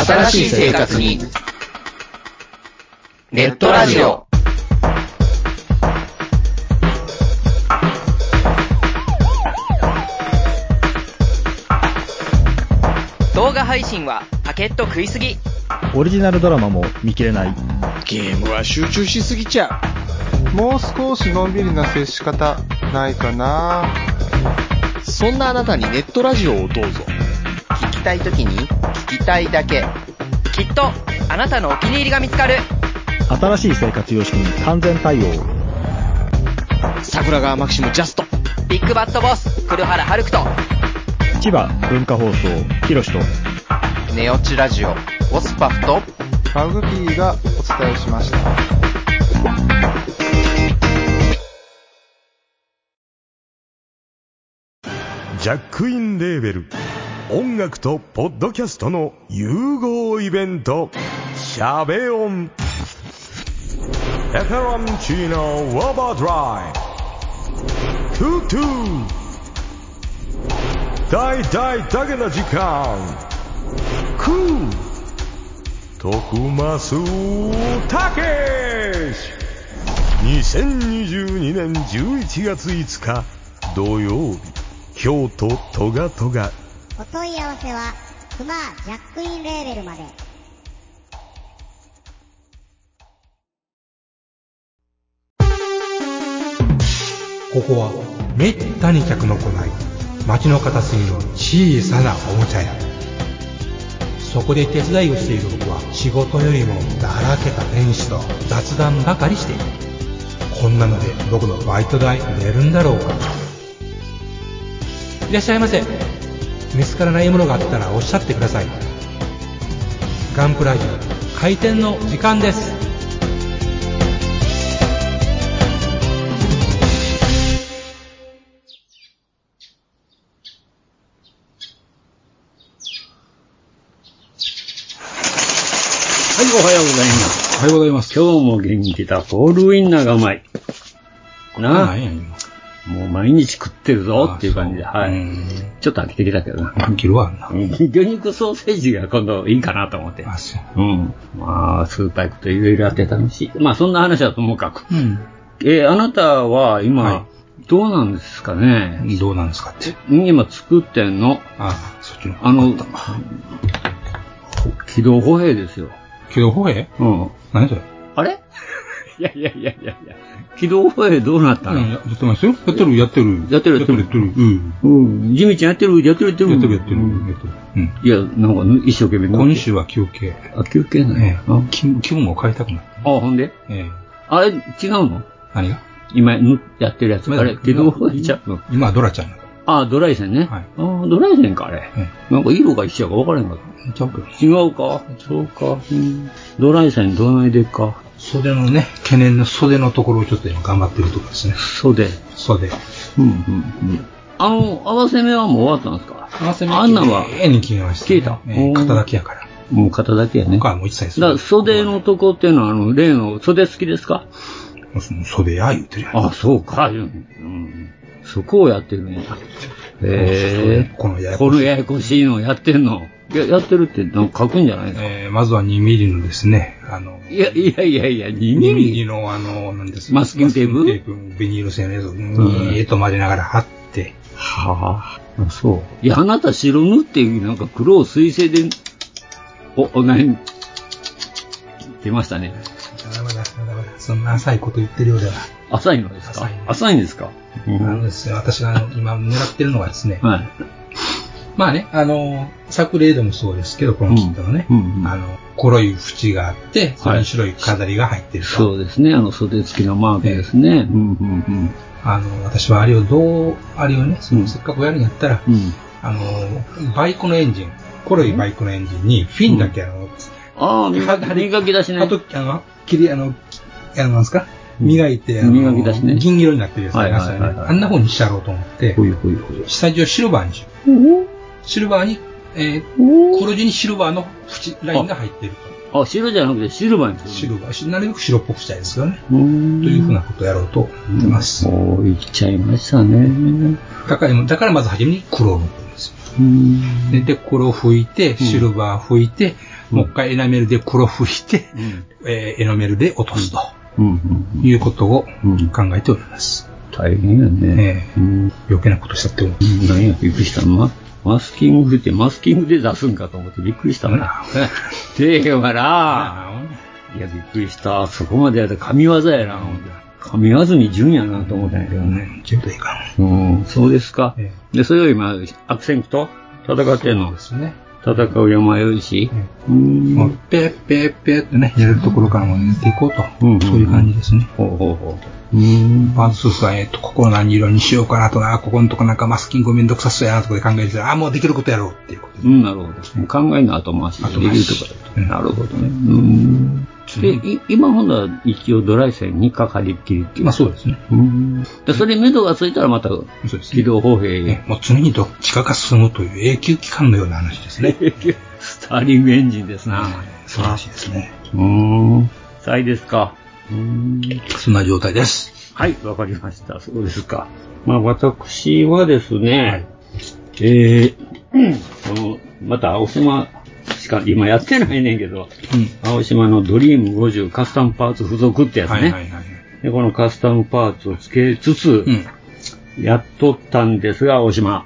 新しい生活にネットラジオ。 動画配信はパケット食いすぎ。 オリジナルドラマも見切れない。 ゲームは集中しすぎちゃう。もう少しのんびりな接し方ないかな。 そんなあなたにネットラジオをどうぞ。 聞きたいときに聞きたいだけ。 きっとあなたのお気に入りが見つかる。 新しい生活様式に完全対応。 桜川マキシムジャスト。 ビッグバットボス黒原遥人。 千葉文化放送ひろしとネオチラジオオスパフとマグピーがお伝えしました。 ジャックインレーベル音楽とポッドキャストの融合イベントシャベオンペペロンチーノウォーバードライトゥトゥ大大だけな時間クー徳増たけし2022年11月5日土曜日京都トガトガ。 お問い合わせはクマジャックインレーベルまで。 ここはめったに客の来ない街の片隅の小さなおもちゃ屋。そこで手伝いをしている僕は仕事よりもだらけた店主と雑談ばかりしている。こんなので僕のバイト代出るんだろうか。いらっしゃいませ。見つからないものがあったらおっしゃってください。ガンプラジオ開店の時間です。 はい、おはようございます。 おはようございます。 今日も元気だ。ホールウインナーがうまい。なあ。 何や今。 もう毎日食ってるぞっていう感じで、はい。ちょっと飽きてきたけどな。 飽きるわな。 魚肉ソーセージが今度いいかなと思って。 あ、そう。 うん。まあ、スーパー行くといろいろあって楽しい。まあ、そんな話はともかく。 うん。 あなたは今、はい、どうなんですかね。 どうなんですかって。 今作ってんの。 あ、そっちの。 軌道歩兵ですよ。 軌道歩兵？ うん。 何それ？ あれいや。軌道歩兵どうなったの？ やってますよ。やってる。 うん。ジミちゃんやってる。 うん。いや、 なんか一生懸命。 今週は休憩。 あ、休憩ね。 気分を変えたくなった。 あ、ほんで？あれ、違うの？ 何が？ 今やってるやつ。あれ、軌道歩兵ちゃうの？ 今はドラちゃん。 あ、ドライ線ね。はい。あ、ドライ線か、あれ。なんか色が一緒か分からへんかった。違うか。そうか。ドライ線どないでっか。 袖のね、懸念の袖のところをちょっと今頑張ってるところですね。袖。 合わせ目はもう終わったんですか？ 合わせ目あんなんは。 に消えました。 消えた。 肩だけやから。 もう肩だけやね。 僕はもう一切する。だから袖のとこっていうのは、例の袖好きですか？ 袖や言うてるやん。 あ、そうか。そこをやってるんや。このややこしいのをやってんの。やってるってなんか書くんじゃないの？ まずは2ミリのですね、 いや、2ミリのなんですマスキングテープ？ ビニール製のやつをと混ぜながら貼って。 はあ、そう。いや、あなた白塗ってなんか黒を水性で、何出ましたね。 まだ、そんな浅いこと言ってるようでは。 浅いのですか？浅いんですか？ なんですよ。私が今狙ってるのはですね。 はい。 まあね、作例でもそうですけど、このキットのね、黒い縁があって、それに白い飾りが入ってると。 そうですね、袖付きのマークですね。 私はあれをね、せっかくやるんやったら、バイクのエンジン、黒いバイクのエンジンにフィンだけ磨き出しね。 あと、なんですか磨いて、 磨き出しね。 銀色になってるやつがありますよね。あんな風にしてやろうと思って、下地をシルバーにしよう。シルバーに、黒地にシルバーのラインが入っていると。あ、白じゃなくてシルバーにする。 シルバー。なるべく白っぽくしたいですけどね。というふうなことをやろうと思ってます。 いっちゃいましたね。 だからまず初めに黒を塗ってるんですよ。で、黒を拭いて、シルバー拭いて、 もう一回エナメルで黒拭いて、エナメルで落とすと、いうことを考えております。 大変やね。 余計なことしたって思う。 何や、びっくりした。マスキングで出すんかと思ってびっくりしたな。でへんわな。いや、びっくりした。そこまでやったら神業やな。神業に順やなと思ったんやけどね。 順といいかな。そうですか。で、それより今、悪戦苦と戦ってんのですね。戦う山よいし。 もう、ペッペッペッってね、やれるところからも抜いていこうと。そういう感じですね。パーツスーツは、ここを何色にしようかなとな、ここのとこなんかマスキングめんどくさそうやなとかで考えてたら、もうできることやろうっていうことで。 なるほど。考えの後回しでできるとかだと。なるほどね。で、今ほんなら一応ドライ線にかかりっきりっていう。 まあそうですね。 で、それに目処がついたらまた、軌道歩兵。 もう常にどっちかが進むという永久期間のような話ですね。 スターリングエンジンですな。 素晴らしいですね。 さあいいですか。 そんな状態です。 はい、わかりました。そうですか。まあ私はですね、また青島しか今やってないねんけど、青島のドリーム50カスタムパーツ付属ってやつね。で、このカスタムパーツをつけつつ、やっとったんですが、青島。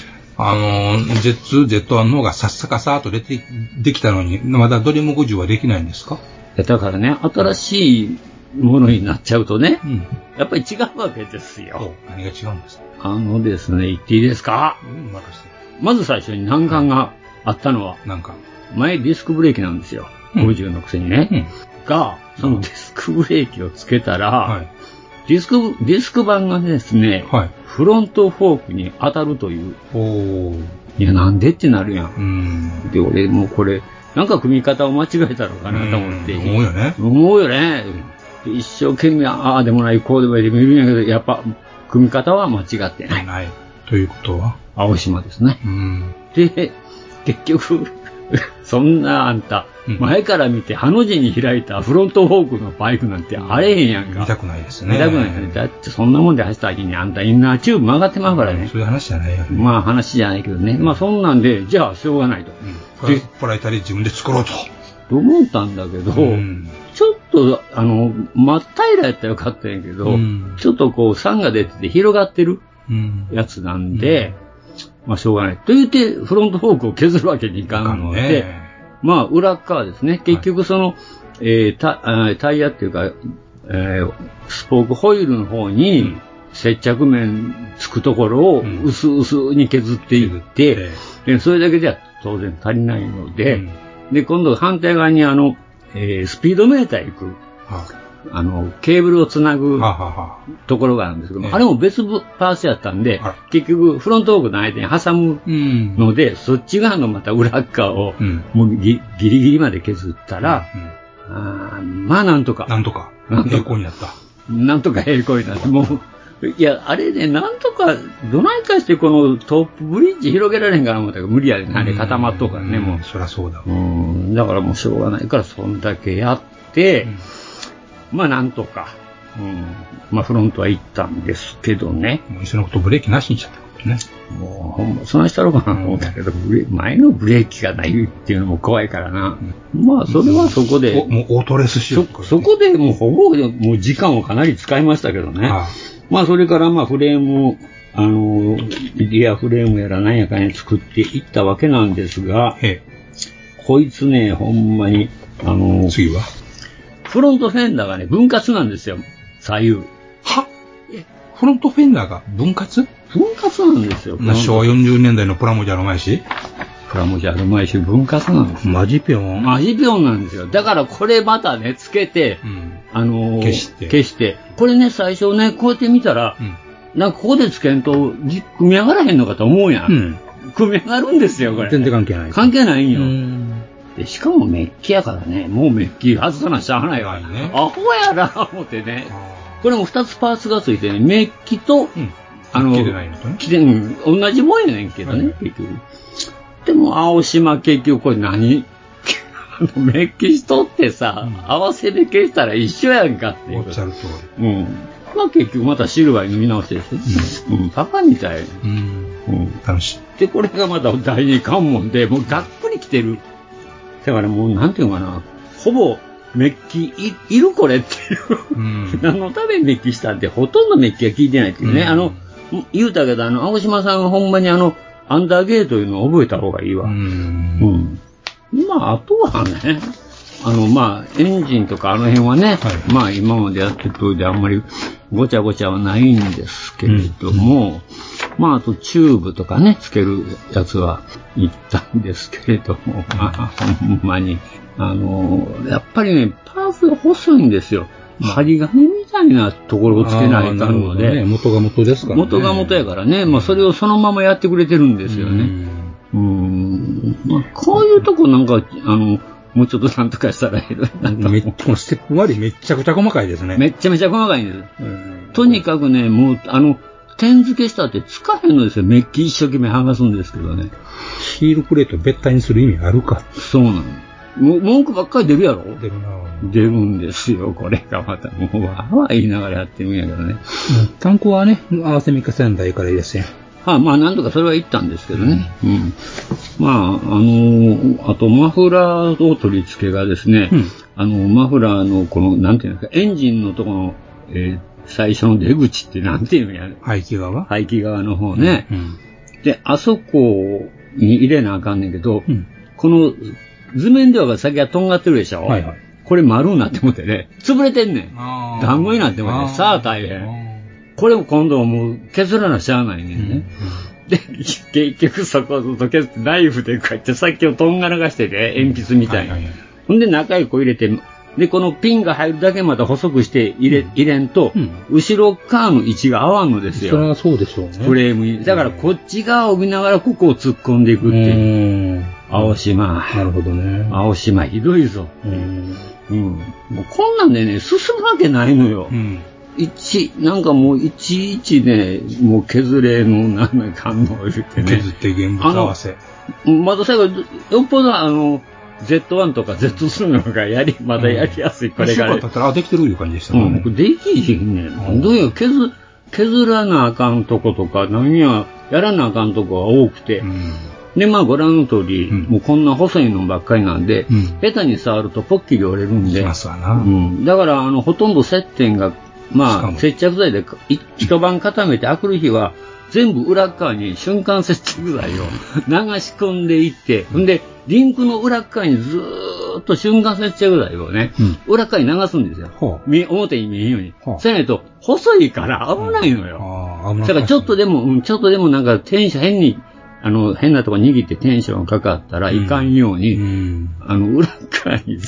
Z1 の方がさっさかさーっとできたのに、まだドリーム50はできないんですか？ だからね、新しいものになっちゃうとね、やっぱり違うわけですよ。 何が違うんですか？ ですね、言っていいですか？まず最初に難関があったのは、前ディスクブレーキなんですよ。50のくせにね。が、そのディスクブレーキをつけたら、ディスク板がですね、フロントフォークに当たるという。いや、なんでってなるやん。で、俺もうこれ、なんか組み方を間違えたのかなと思って。 思うよね。 思うよね。一生懸命、ああでもない、こうでもないで見るんやけど、やっぱ、組み方は間違ってない。 ない。ということは青島ですね。で、結局、そんなあんた、前から見て、ハの字に開いたフロントフォークのバイクなんてあれへんやんか。 見たくないですね。 見たくないよね。だってそんなもんで走った日にあんたインナーチューブ曲がってまうからね。 そういう話じゃないよね。 まあ話じゃないけどね。まあそんなんで、じゃあしょうがないと。 で、ポライタリー自分で作ろうと。 と思ったんだけど、ちょっと、真っ平らやったらよかったんやけど、ちょっとこう、酸が出てて広がってるやつなんで、まあしょうがない。と言って、フロントフォークを削るわけにいかんので、まあ裏側ですね。結局その、タイヤっていうか、スポークホイールの方に、接着面つくところを薄々に削っていって、でそれだけじゃ当然足りないので、で、今度反対側にスピードメーター行く、ケーブルをつなぐところがあるんですけども、あれも別パーツやったんで、結局フロントフォークの間に挟むので、そっち側のまた裏側を、もうギリギリまで削ったら、まあなんとか。 平行になった。 なんとか平行になって、もう、いや、あれね、なんとか、どないかしてこのトップブリッジ広げられへんかな思ったら無理やでね、あれ固まっとうからね、もう。 そりゃそうだ。 だからもうしょうがないから、そんだけやって、まあなんとか、まあフロントは行ったんですけどね。 もう一緒のことブレーキなしにしちゃったことね。 もうほんま、そんなしたろうかなと思ったけど、前のブレーキがないっていうのも怖いからな。まあそれはそこで。 もうオートレースしよう。 そこでもうほぼ、もう時間をかなり使いましたけどね。まあそれからまあフレーム、リアフレームやらなんやかんや作っていったわけなんですが、こいつね、ほんまに、 次はフロントフェンダーがね、分割なんですよ、左右。 フロントフェンダーが分割なんですよ。 昭和40年代のプラモジャーの前し分割なんですよ。 マジピョンなんですよ。だからこれまたね、つけて、消して。これね、最初ね、こうやって見たら、なんかここでつけんと、組み上がらへんのかと思うやん。組み上がるんですよ、これ。 全然関係ない。 関係ないんよ。で、しかもメッキやからね、もうメッキ外さなしゃあないわね。アホやな、思ってね。これも2つパーツがついてね、メッキと、 着てないのとね。 同じもんやねんけどね、結局。でも、青島結局これ何メッキしとってさ、合わせで消したら一緒やんかっていう。 おっしゃる通り。 まあ結局またシルバーに塗り直してですね。バカみたい。 楽しい。 で、これがまた第二関門で、もうがっくり来てる。 だからもう、なんていうのかな、ほぼ、メッキいるこれっていう。何のためにメッキしたって、ほとんどメッキが効いてないっていうね。言うたけど、青島さんはほんまにアンダーゲーというのを覚えた方がいいわ。まあ、あとはね、エンジンとかあの辺はね、まあ今までやってる通りであんまりごちゃごちゃはないんですけれども、まああとチューブとかね、つけるやつは言ったんですけれども、まあほんまに、やっぱりね、パーツが細いんですよ。針金みたいなところをつけないかんので、 元が元ですからね。 元が元やからね、まあそれをそのままやってくれてるんですよね。まあこういうとこなんか、もうちょっとなんとかしたらいいなと。 ステップ割りめっちゃくちゃ細かいですね。 めっちゃめちゃ細かいんです。とにかくね、もう、点付けしたってつかへんのですよ。メッキ一生懸命剥がすんですけどね。 シールプレート別体にする意味あるか。 そうなの。文句ばっかり出るやろ？ 出るな。 出るんですよ、これがまた。もう、わーわー言いながらやってるんやけどね。 タンクはね、合わせ3日せんだいからいいですよ。 まあ、なんとかそれは言ったんですけどね。まあ、あと、マフラーを取り付けがですね、マフラーのこの、なんていうんですか、エンジンのところの、最初の出口ってなんていうんやね。 排気側の方ね。で、あそこに入れなあかんねんけど、この図面では先はとんがってるでしょ。これ丸になってもってね、潰れてんねん。団子になってもね、さあ大変。これも今度はもう削らなしゃあないねんね。で、結局そこをずっと削ってナイフでこうやって先をとんがらがしてて、鉛筆みたいな。ほんで中へこう入れて、で、このピンが入るだけまた細くして入れんと、後ろ側の位置が合わんのですよ。 それはそうでしょうね。 フレームに。だからこっち側を見ながらここを突っ込んでいくっていう。青島。 なるほどね。 青島ひどいぞ。もうこんなんでね、進むわけないのよ。なんかもういちいちね、もう削れのなんかんのを言ってね。 削って現物合わせ。 また最後、よっぽどZ1 とか Z2 の方がまだやりやすい、これが。 だったら、できてるいう感じでしたね。 できひんねん。どういう削らなあかんとことか、何やらなあかんとこが多くて。で、まあご覧の通り、もうこんな細いのばっかりなんで、下手に触るとポッキリ折れるんで。 だから、ほとんど接点が、まあ、接着剤で一晩固めて、あくる日は、全部裏側に瞬間接着剤を流し込んでいって、んで、リンクの裏側にずーっと瞬間接着剤をね、裏側に流すんですよ。表に見えんように。そうやないと、細いから危ないのよ。だからちょっとでもなんかテンション変なとこ握ってテンションかかったらいかんように、裏側に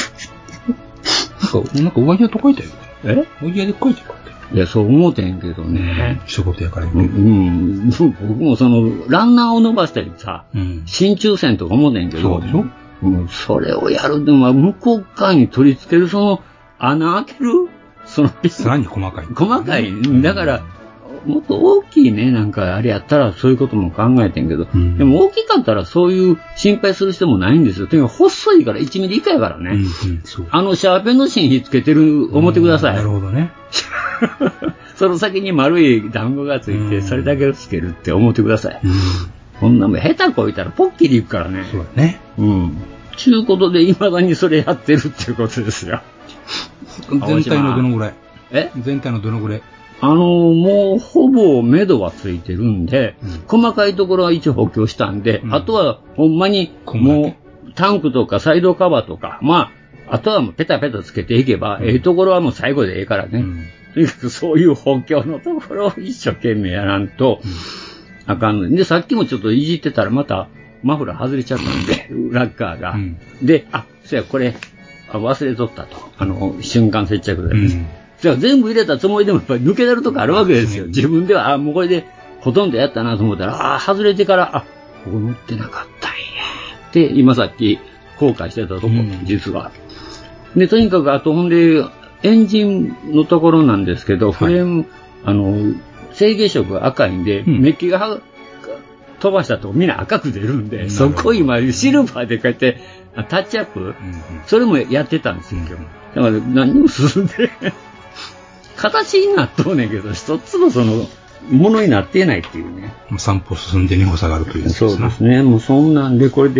なんか上着はと書いてる。上着で書いてるか。 いや、そう思うてんけどね。 仕事やから僕もランナーを伸ばしたりさ、真鍮線とか思うてんけど、それをやるのは向こう側に取り付ける穴開けるさらに細かい。 細かい。だから、もっと大きいね、なんかあれやったらそういうことも考えてんけど、でも大きかったらそういう心配する必要もないんですよ。とにかく細いから1ミリ以下やからね。シャーペンの芯火つけてる思ってください。 なるほどね。 その先に丸い団子がついて、それだけをつけるって思ってください。こんなもん下手こいたらポッキリいくからね。 そうだね。 ちゅうことで未だにそれやってるっていうことですよ。 全体のどのぐらい？ 全体のどのぐらい？ もうほぼ目処はついてるんで、細かいところは一応補強したんで、あとはほんまにもうタンクとかサイドカバーとか、まあ、あとはもうペタペタつけていけば、ええところはもう最後でええからね。とにかくそういう補強のところを一生懸命やらんと、あかんので、さっきもちょっといじってたらまたマフラー外れちゃったんで、ラッカーが。で、そうや、これ、忘れとったと。瞬間接着剤です。全部入れたつもりでもやっぱり抜け出るとこあるわけですよ。自分では、もうこれでほとんどやったなと思ったら、外れてから、ここ乗ってなかったんや。って今さっき後悔してたとこ、実は。で、とにかくあとほんで、エンジンのところなんですけど、フレーム、制御色が赤いんで、メッキが飛ばしたとこみんな赤く出るんで、そこ今シルバーでこうやってタッチアップ、それもやってたんですよ。だから何も進んで、形になっとうねんけど、一つのものになっていないっていうね。 3歩進んで2歩下がるという。 そうですね。もうそんなんで、これで、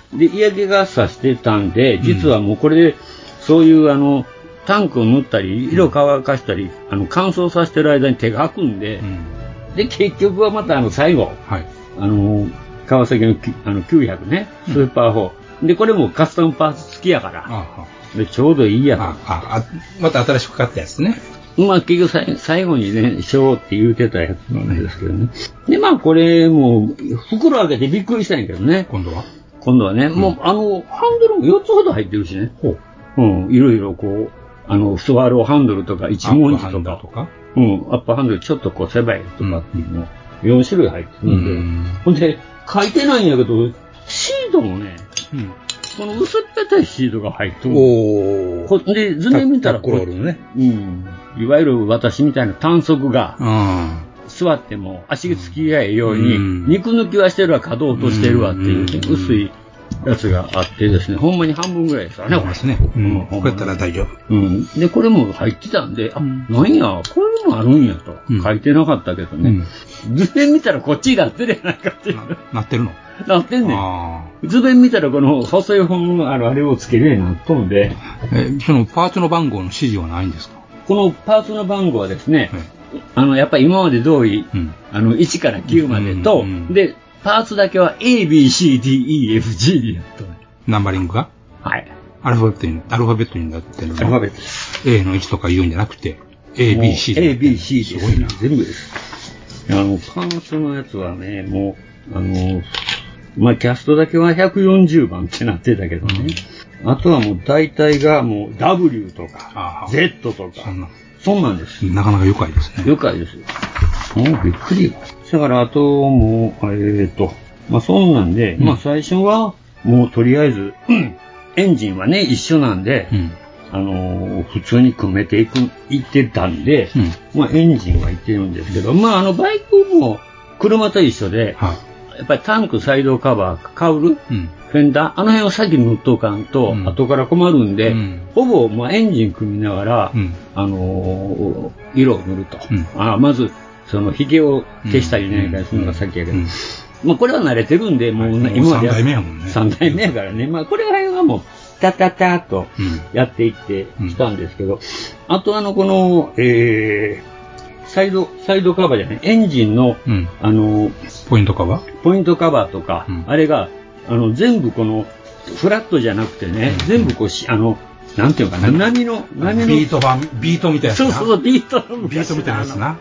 で、嫌気がさしてたんで、実はもうこれで、そういうタンクを塗ったり、色乾かしたり、乾燥させてる間に手が空くんで、で、結局はまた最後、川崎の900ね、スーパー4。で、これもカスタムパーツ付きやから、で、ちょうどいいやと。 また新しく買ったやつね。 まあ結局最後にね、しようって言うてたやつなんですけどね。で、まあこれもう、袋開けてびっくりしたんやけどね。今度はね、もうハンドルも4つほど入ってるしね。いろいろこう、スワローハンドルとか、一文字とか、アッパーハンドルちょっとこう狭いとかっていうの、4種類入ってるんで、ほんで、書いてないんやけど、シートもね、この薄っぺたいシートが入ってる。で、図面見たらタックロールのね。 いわゆる私みたいな短足が、座っても足つきがええように、肉抜きはしてるわ、可動としてるわっていう、薄いやつがあってですね、ほんまに半分ぐらいですからね、これですね。 こうやったら大丈夫。 で、これも入ってたんで、なんや、こういうのあるんやと。書いてなかったけどね。図面見たらこっちになってるやないかっていう。 なってるの？ なってんねん。図面見たらこの細い本のあれをつけるようになっとんで。 そのパーツの番号の指示はないんですか？ このパーツの番号はですね、やっぱり今まで通り、1から9までと、で、パーツだけは A, B, C, D, E, F, G でやっとる。 ナンバリングが？ はい。 アルファベットになってるの？ アルファベットです。 A の1とか言うんじゃなくて、A, B, C で。 A, B, C です。 すごいな。 全部です。パーツのやつはね、もう、まあ、キャストだけは140番ってなってたけどね。あとはもう大体がもう W とか、Z とか、そんなんです。 なかなか愉快ですね。 愉快ですよ。もうびっくり。だからあともう、まあそんなんで、まあ最初はもうとりあえず、エンジンはね、一緒なんで、普通に組めていってたんで、まあエンジンはいってるんですけど、まあバイクも車と一緒で、やっぱりタンク、サイドカバー、カウル、フェンダー、あの辺を先に塗っとかんと、後から困るんで、ほぼまあエンジン組みながら、色を塗ると。まず、その、髭を消したりね、するのが先やけど、まあこれは慣れてるんで、もう今まで。 3代目やもんね。 3代目やからね。まあこれはもう、タタタっとやっていってきたんですけど、あとこの、サイドカバーじゃない、エンジンの、 ポイントカバー？ ポイントカバーとか、あれが、全部この、フラットじゃなくてね、全部こうなんていうかな、波の。 ビートみたいなやつな。 そう、ビートみたいなやつな。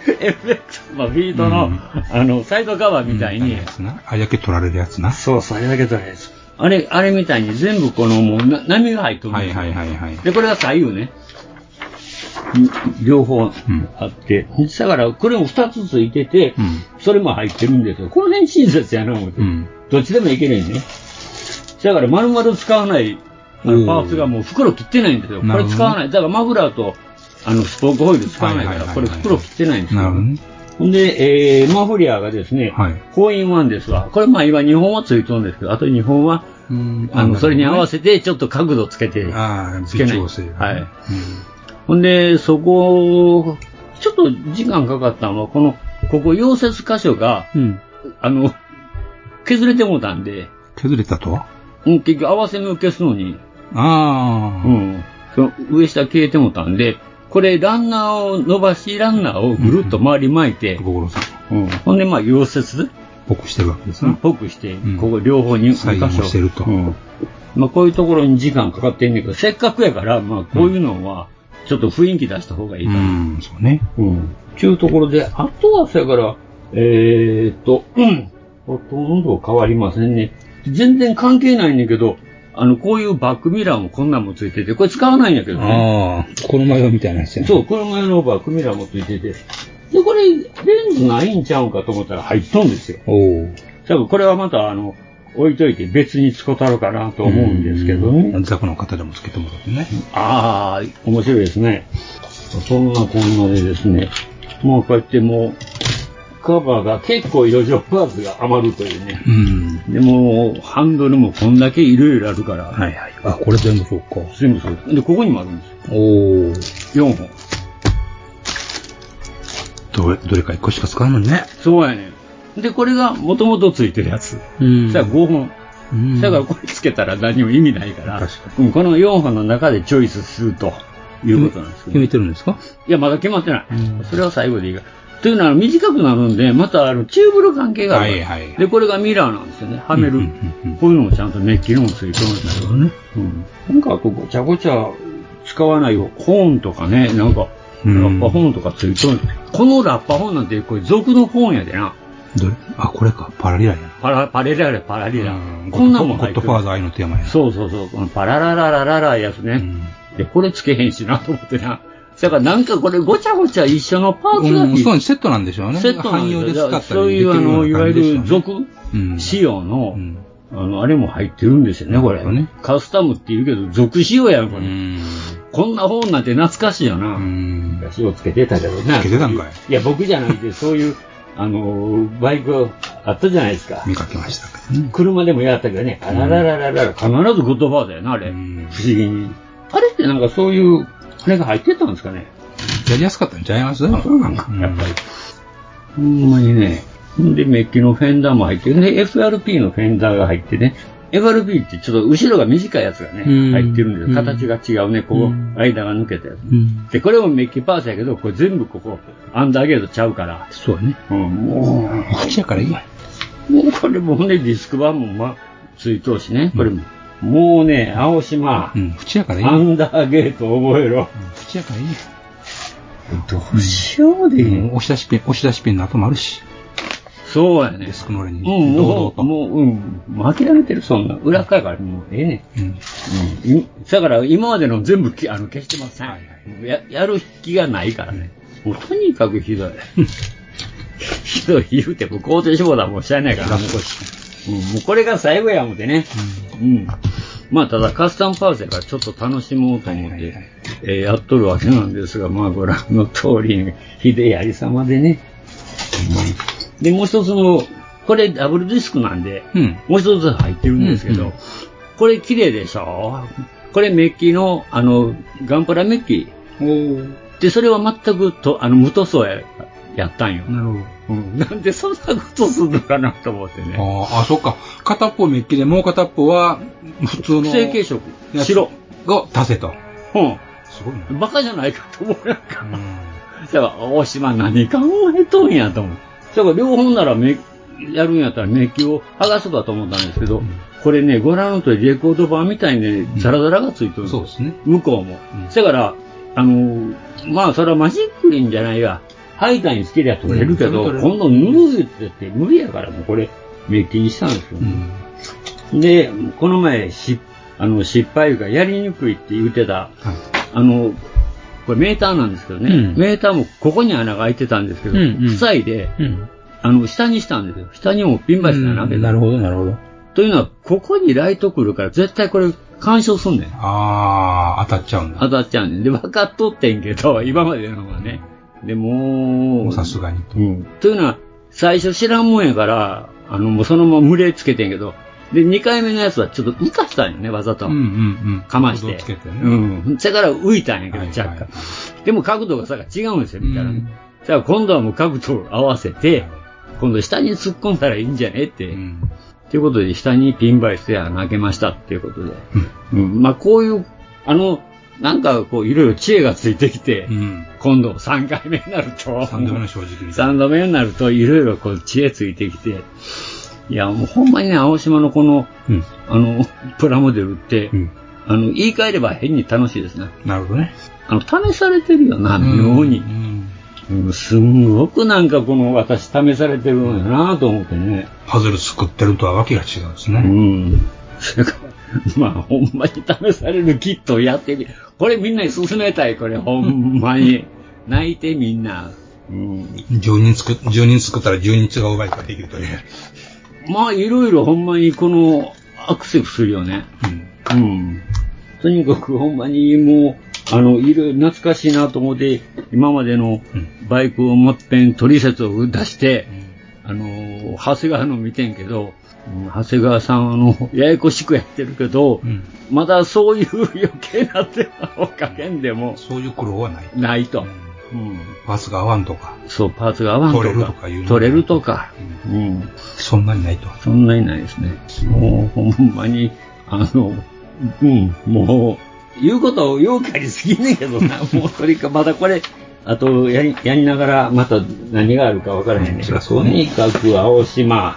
FX のビートの、サイドカバーみたいに。 あれだけ取られるやつな。 そう、あれだけ取られるやつ。あれみたいに全部このもう波が入っとるんですよ。で、これが左右ね。両方あって。だから、これも2つついてて、それも入ってるんですよ。この辺親切やな思って。どっちでもいけるんね。だから、丸々使わないパーツがもう袋切ってないんですよ。これ使わない。だから、マフラーと、スポークホイール使わないから、これ袋切ってないんですよ。ほんで、マフリアがですね、ホーインワンですわ。これまあ今2本はついてるんですけど、あと2本は、それに合わせてちょっと角度つけて、つけない。はい。ほんで、そこ、ちょっと時間かかったのは、ここ溶接箇所が、削れてもうたんで。 削れたとは？ 結局合わせ目を消すのに、その上下消えてもうたんで、これランナーをぐるっと回り巻いて、ほんでまあ溶接ぽくしてるわけですね。 ぽくして、ここ両方に再現してると。 まあこういうところに時間かかってんねんけど、せっかくやから、まあこういうのは、ちょっと雰囲気出した方がいいかな。 そうね。 ちゅうところで、あとはそやから、ほとんど変わりませんね。全然関係ないんだけど、こういうバックミラーもこんなんもついてて、これ使わないんやけどね。 車用みたいなやつやね。 そう、車用のバックミラーもついてて。で、これ、レンズないんちゃうんかと思ったら入っとんですよ。多分これはまた、置いといて別に使ったろかなと思うんですけどね。 ザクの方でもつけてもらってね。 面白いですね。そんなこんなでですね。もうこうやってもう、カバーが結構余剰パーツが余るというね。でも、ハンドルもこんだけいろいろあるから。 これ全部そうか。 全部そうです。で、ここにもあるんですよ。4本。 どれか1個しか使わんのにね。 そうやね。で、これがもともとついてるやつ。そしたら5本。 だからこれつけたら何も意味ないから、この4本の中でチョイスするということなんですけど。 決めてるんですか？ いや、まだ決まってない。それは最後でいいから。というのは短くなるんで、またチューブの関係がある。で、これがミラーなんですよね。はめる。こういうのもちゃんとメッキのもついてます。なるほどね。なんかごちゃごちゃ使わない本とかね、なんか、ラッパ本とかついてる。このラッパ本なんて、これ俗の本やでな。 どれ？あ、これか。パラリラや。 パレラ。こんなもん入ってる。 ゴッドファーザー愛のテーマや。 そう。このパララララララやつね。で、これつけへんしなと思ってな。だからなんかこれごちゃごちゃ一緒のパーツがそうセットなんでしょうね。 セットなんで使ったりそういういわゆる俗仕様の、あれも入ってるんですよね、これ。カスタムって言うけど、俗仕様やん、これ。こんな本なんて懐かしいよな。昔をつけてたけどな。 つけてたんかい。 いや、僕じゃなくて、そういう、バイクあったじゃないですか。 見かけましたけど。車でもやったけどね、あららららら、必ずゴッドファーザーやな、あれ。不思議に。あれってなんかそういう、あれが入ってたんですかね。 やりやすかったんちゃいます？そうなんか、やっぱり。ほんまにね。で、メッキのフェンダーも入ってる。で、FRP のフェンダーが入ってね。FRP ってちょっと後ろが短いやつがね、入ってるんですよ。形が違うね、こう、間が抜けたやつ。で、これもメッキパーツやけど、これ全部ここ、アンダーゲートちゃうから。 そうね。 もう、 口やからいいや。 もうこれもね、ディスクバーもついとうしね。これも。もうね、青島、 口やからいい。 アンダーゲート覚えろ。 口やからいい。 どうしようでいい、 押し出しピンの後もあるし。 そうやね。 デスクの裏に。 もう諦めてる、そんな。裏側からもうええねん。だから今までの全部消してます。やる気がないからね。もうとにかくひどい。ひどい言うても、肯定志望だもんしゃあないから、もうこれが最後や思てね。まあ、ただカスタムパーツやからちょっと楽しもうと思って、やっとるわけなんですが、まあ、ご覧の通り、ひでえありさまでね。で、もう一つの、これダブルディスクなんで、もう一つ入ってるんですけど、これ綺麗でしょ？これメッキの、ガンプラメッキ。で、それは全く無塗装やったんよ。 なるほど。 なんでそんなことするのかなと思ってね。 あ、そっか。片っぽメッキで、もう片っぽは普通の。 成型色。白。 が足せと。 すごいね。バカじゃないかと思うやんか。だから、大島何考えとんやと思う。だから両方ならやるんやったらメッキを剥がすかと思ったんですけど、これね、ご覧の通りレコード版みたいにね、ザラザラがついてるんですよ。 そうですね。 向こうも。だから、まあ、それはマジックリンじゃないが、ハイターにつけりゃ取れるけど、今度縫うって無理やから、もうこれ、メッキにしたんですよ。で、この前、失敗がやりにくいって言ってた、これメーターなんですけどね、メーターもここに穴が開いてたんですけど、塞いで、下にしたんですよ。下にもピンバイスがなけど。 なるほど、なるほど。 というのは、ここにライト来るから、絶対これ、干渉すんねん。 当たっちゃうんだ。 当たっちゃうねん。で、分かっとってんけど、今までのはね。でもさすがに。 というのは、最初知らんもんやから、もうそのまま群れつけてんけど、で、2回目のやつはちょっと浮かしたんよね、わざと。かまして。それから浮いたんやけど、若干。でも角度がさ、違うんですよ、見たらね。だから今度はもう角度を合わせて、今度下に突っ込んだらいいんじゃねって。ということで、下にピンバイスで穴開けましたっていうことで。まあ、こういう、なんかこう、いろいろ知恵がついてきて、今度3回目になると、 3度目の正直 3度目になると、いろいろこう、知恵ついてきて、いや、もうほんまにね、青島のこの、プラモデルって、言い換えれば変に楽しいですね。 なるほどね。 試されてるよな、妙に。すんごくなんかこの私試されてるのよなと思ってね。 パズル作ってるとはわけが違うんですね。 それから、まあほんまに試されるキットをやってみる。これみんなに勧めたい、これほんまに。泣いてみんな。 10人作ったら10人違うバイクができるという。 まあいろいろほんまにこのアクセスするよね。とにかくほんまにもう、いろいろ懐かしいなと思って、今までのバイクをもっぺん取説を出して、長谷川の見てんけど、長谷川さんややこしくやってるけど、まだそういう余計な手間をかけんでも、 そういう苦労はない。 ないと。 パーツが合わんとか。 そう、パーツが合わんとか。 取れるとかいうの。 取れるとか。 そんなにないと。 そんなにないですね。もう、ほんまに、もう、言うことを言うかりすぎねえけどな、もうとにかくまだこれ、あとやりながら、また何があるか分からへんねんけど、とにかく青島、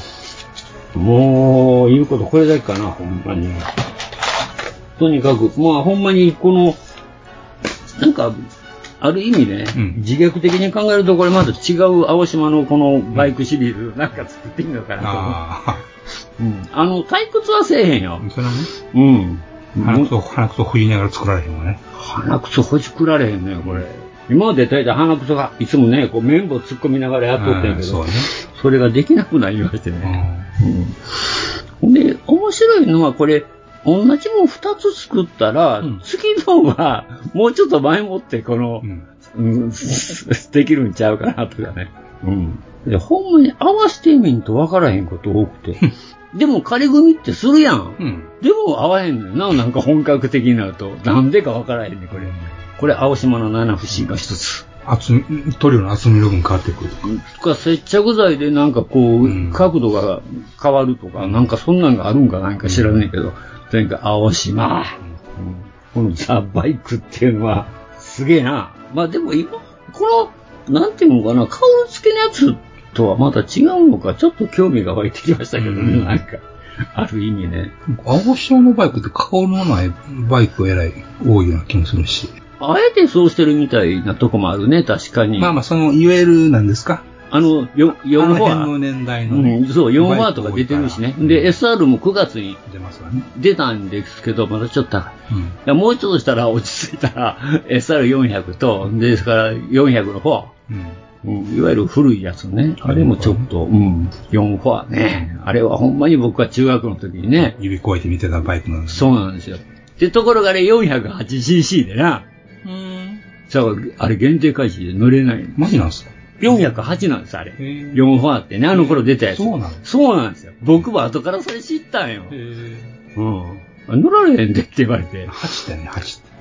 もう、言うことこれだけかな、ほんまに。とにかく、まあほんまに、この、なんか、ある意味ね、自虐的に考えると、これまた違う青島のこのバイクシリーズなんか作ってみようかなと思う。退屈はせえへんよ。 それはね。鼻くそ振りながら作られへんわね。 鼻くそほじくられへんねこれ。今まで大体鼻くそがいつもね、こう綿棒突っ込みながらやっとってんけど、それができなくなりましてね。で、面白いのはこれ、同じもん2つ作ったら、次のはもうちょっと前もってこの、できるんちゃうかなとかね。でほんまに合わせてみんと分からへんこと多くて。でも仮組ってするやん。でも合わへんのよな、なんか本格的になると。なんでか分からへんねこれ。これ青島の七不思議の一つ。 塗料の厚みの分変わってくるとか、接着剤でなんかこう、角度が変わるとか、なんかそんなんがあるんかなんか知らねえけど、とにかく青島。このザ・バイクっていうのは、すげえな。まあでも今、この、なんていうのかな、カウル付けのやつとはまた違うのか、ちょっと興味が湧いてきましたけどね、なんか。ある意味ね。 青島のバイクってカウルのないバイクがえらい多いような気もするし。 あえてそうしてるみたいなとこもあるね、確かに。 まあまあ、言えるなんですか 4フォア。 の年代の、ねそう、4フォアとか出てるしね。で、SR も9月に出たんですけど、まだちょっと高い。もうちょっとしたら落ち着いたら、SR400 と、ですから400のフォア。いわゆる古いやつね。あれもちょっと、4フォアね。あれはほんまに僕は中学の時にね。 指越えて見てたバイクなんです。 そうなんですよ。で、ところがね、408cc でな。あれ限定開始で乗れない。 マジなんですか ?408 なんです、あれ。4フォアってね、あの頃出たやつ。そうなんですよ。僕も後からそれ知ったんよ。乗られへんでって言われて。 8って何 ?8 って。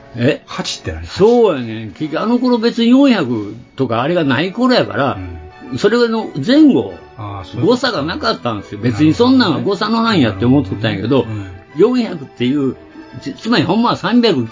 8って何そうやね。あの頃別に400とかあれがない頃やから、それの前後、誤差がなかったんですよ。別にそんなんは誤差の範囲やって思ってたんやけど、400っていう、つまりほんまは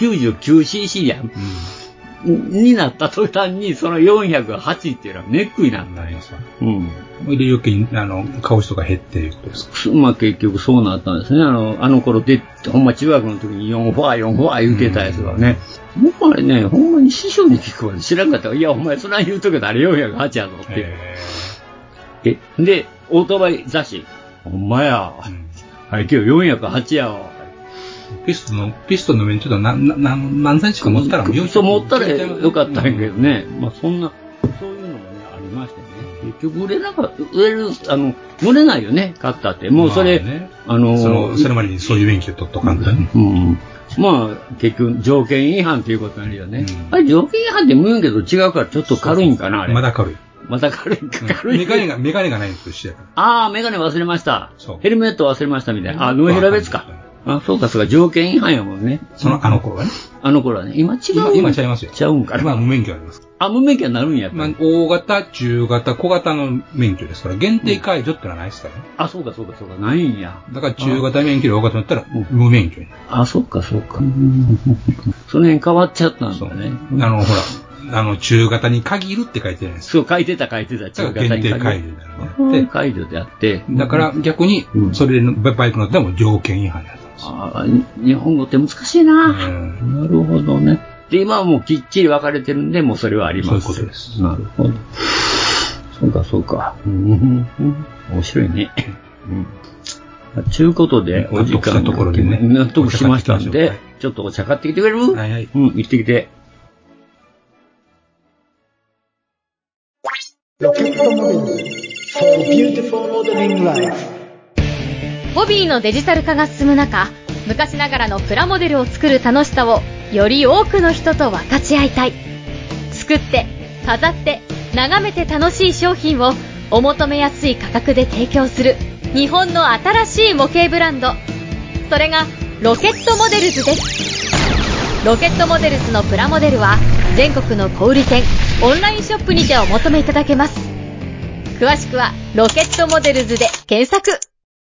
399cc やん。になった途端に、その408っていうのはネックになったんですよ。 で余計に、買う人が減っていうことですか。 まあ結局そうなったんですね。あの頃で、ほんま中学の時に4フォア言うてたやつがね。僕あれね、ほんまに師匠に聞くまで知らんかったから、いや、お前そんな言うとけどあれ408やぞって。で、オートバイ雑誌。ほんまや。はい、今日408やわ。 ピストンの上にちょっと何センチか持ったらそう持ったらよかったんやけどね。まあそういうのもね、ありましてね。結局乗れないよね、買ったって。もうそれ、 それまでにそういう免許取っとかんとね。 まあ、結局、条件違反っていうことになるよね。あれ、条件違反っても言うんけど違うからちょっと軽いんかな、あれ。 まだ軽い。 また軽いか、軽い。 メガネがないとしてやから。 ああ、メガネ忘れました。ヘルメット忘れましたみたいな。ノーヘル別か。そうか、条件違反やもんね。 あの頃はね。 あの頃はね。今違う。 今ちゃいますよ。 ちゃうんかな。 今無免許あります。 無免許になるんやったら。 大型、中型、小型の免許ですから、限定解除ってのはないですからね。 そうか、ないんや。 だから中型免許で大型だったら無免許になる。 そうか。その辺変わっちゃったんだね。 ほら、中型に限るって書いてるんです。 そう、書いてた。中型に限定解除で解除であって。 だから逆に、それのバイク乗っても条件違反だったんです。 日本語って難しいな。なるほどね。で、今はもうきっちり分かれてるんで、もうそれはあります。 そういうことです。 なるほど。そうか。面白いね。ちゅうことで、お時間のところでね。納得しましたんで、ちょっとお茶買ってきてくれる？ はい。 行ってきて。 ロケットモデル for beautiful modeling life。 ホビーのデジタル化が進む中、昔ながらのプラモデルを作る楽しさをより多くの人と分かち合いたい。作って飾って眺めて楽しい商品をお求めやすい価格で提供する日本の新しい模型ブランド、それがロケットモデルズです。 ロケットモデルズのプラモデルは全国の小売店、オンラインショップにてお求めいただけます。詳しくはロケットモデルズで検索。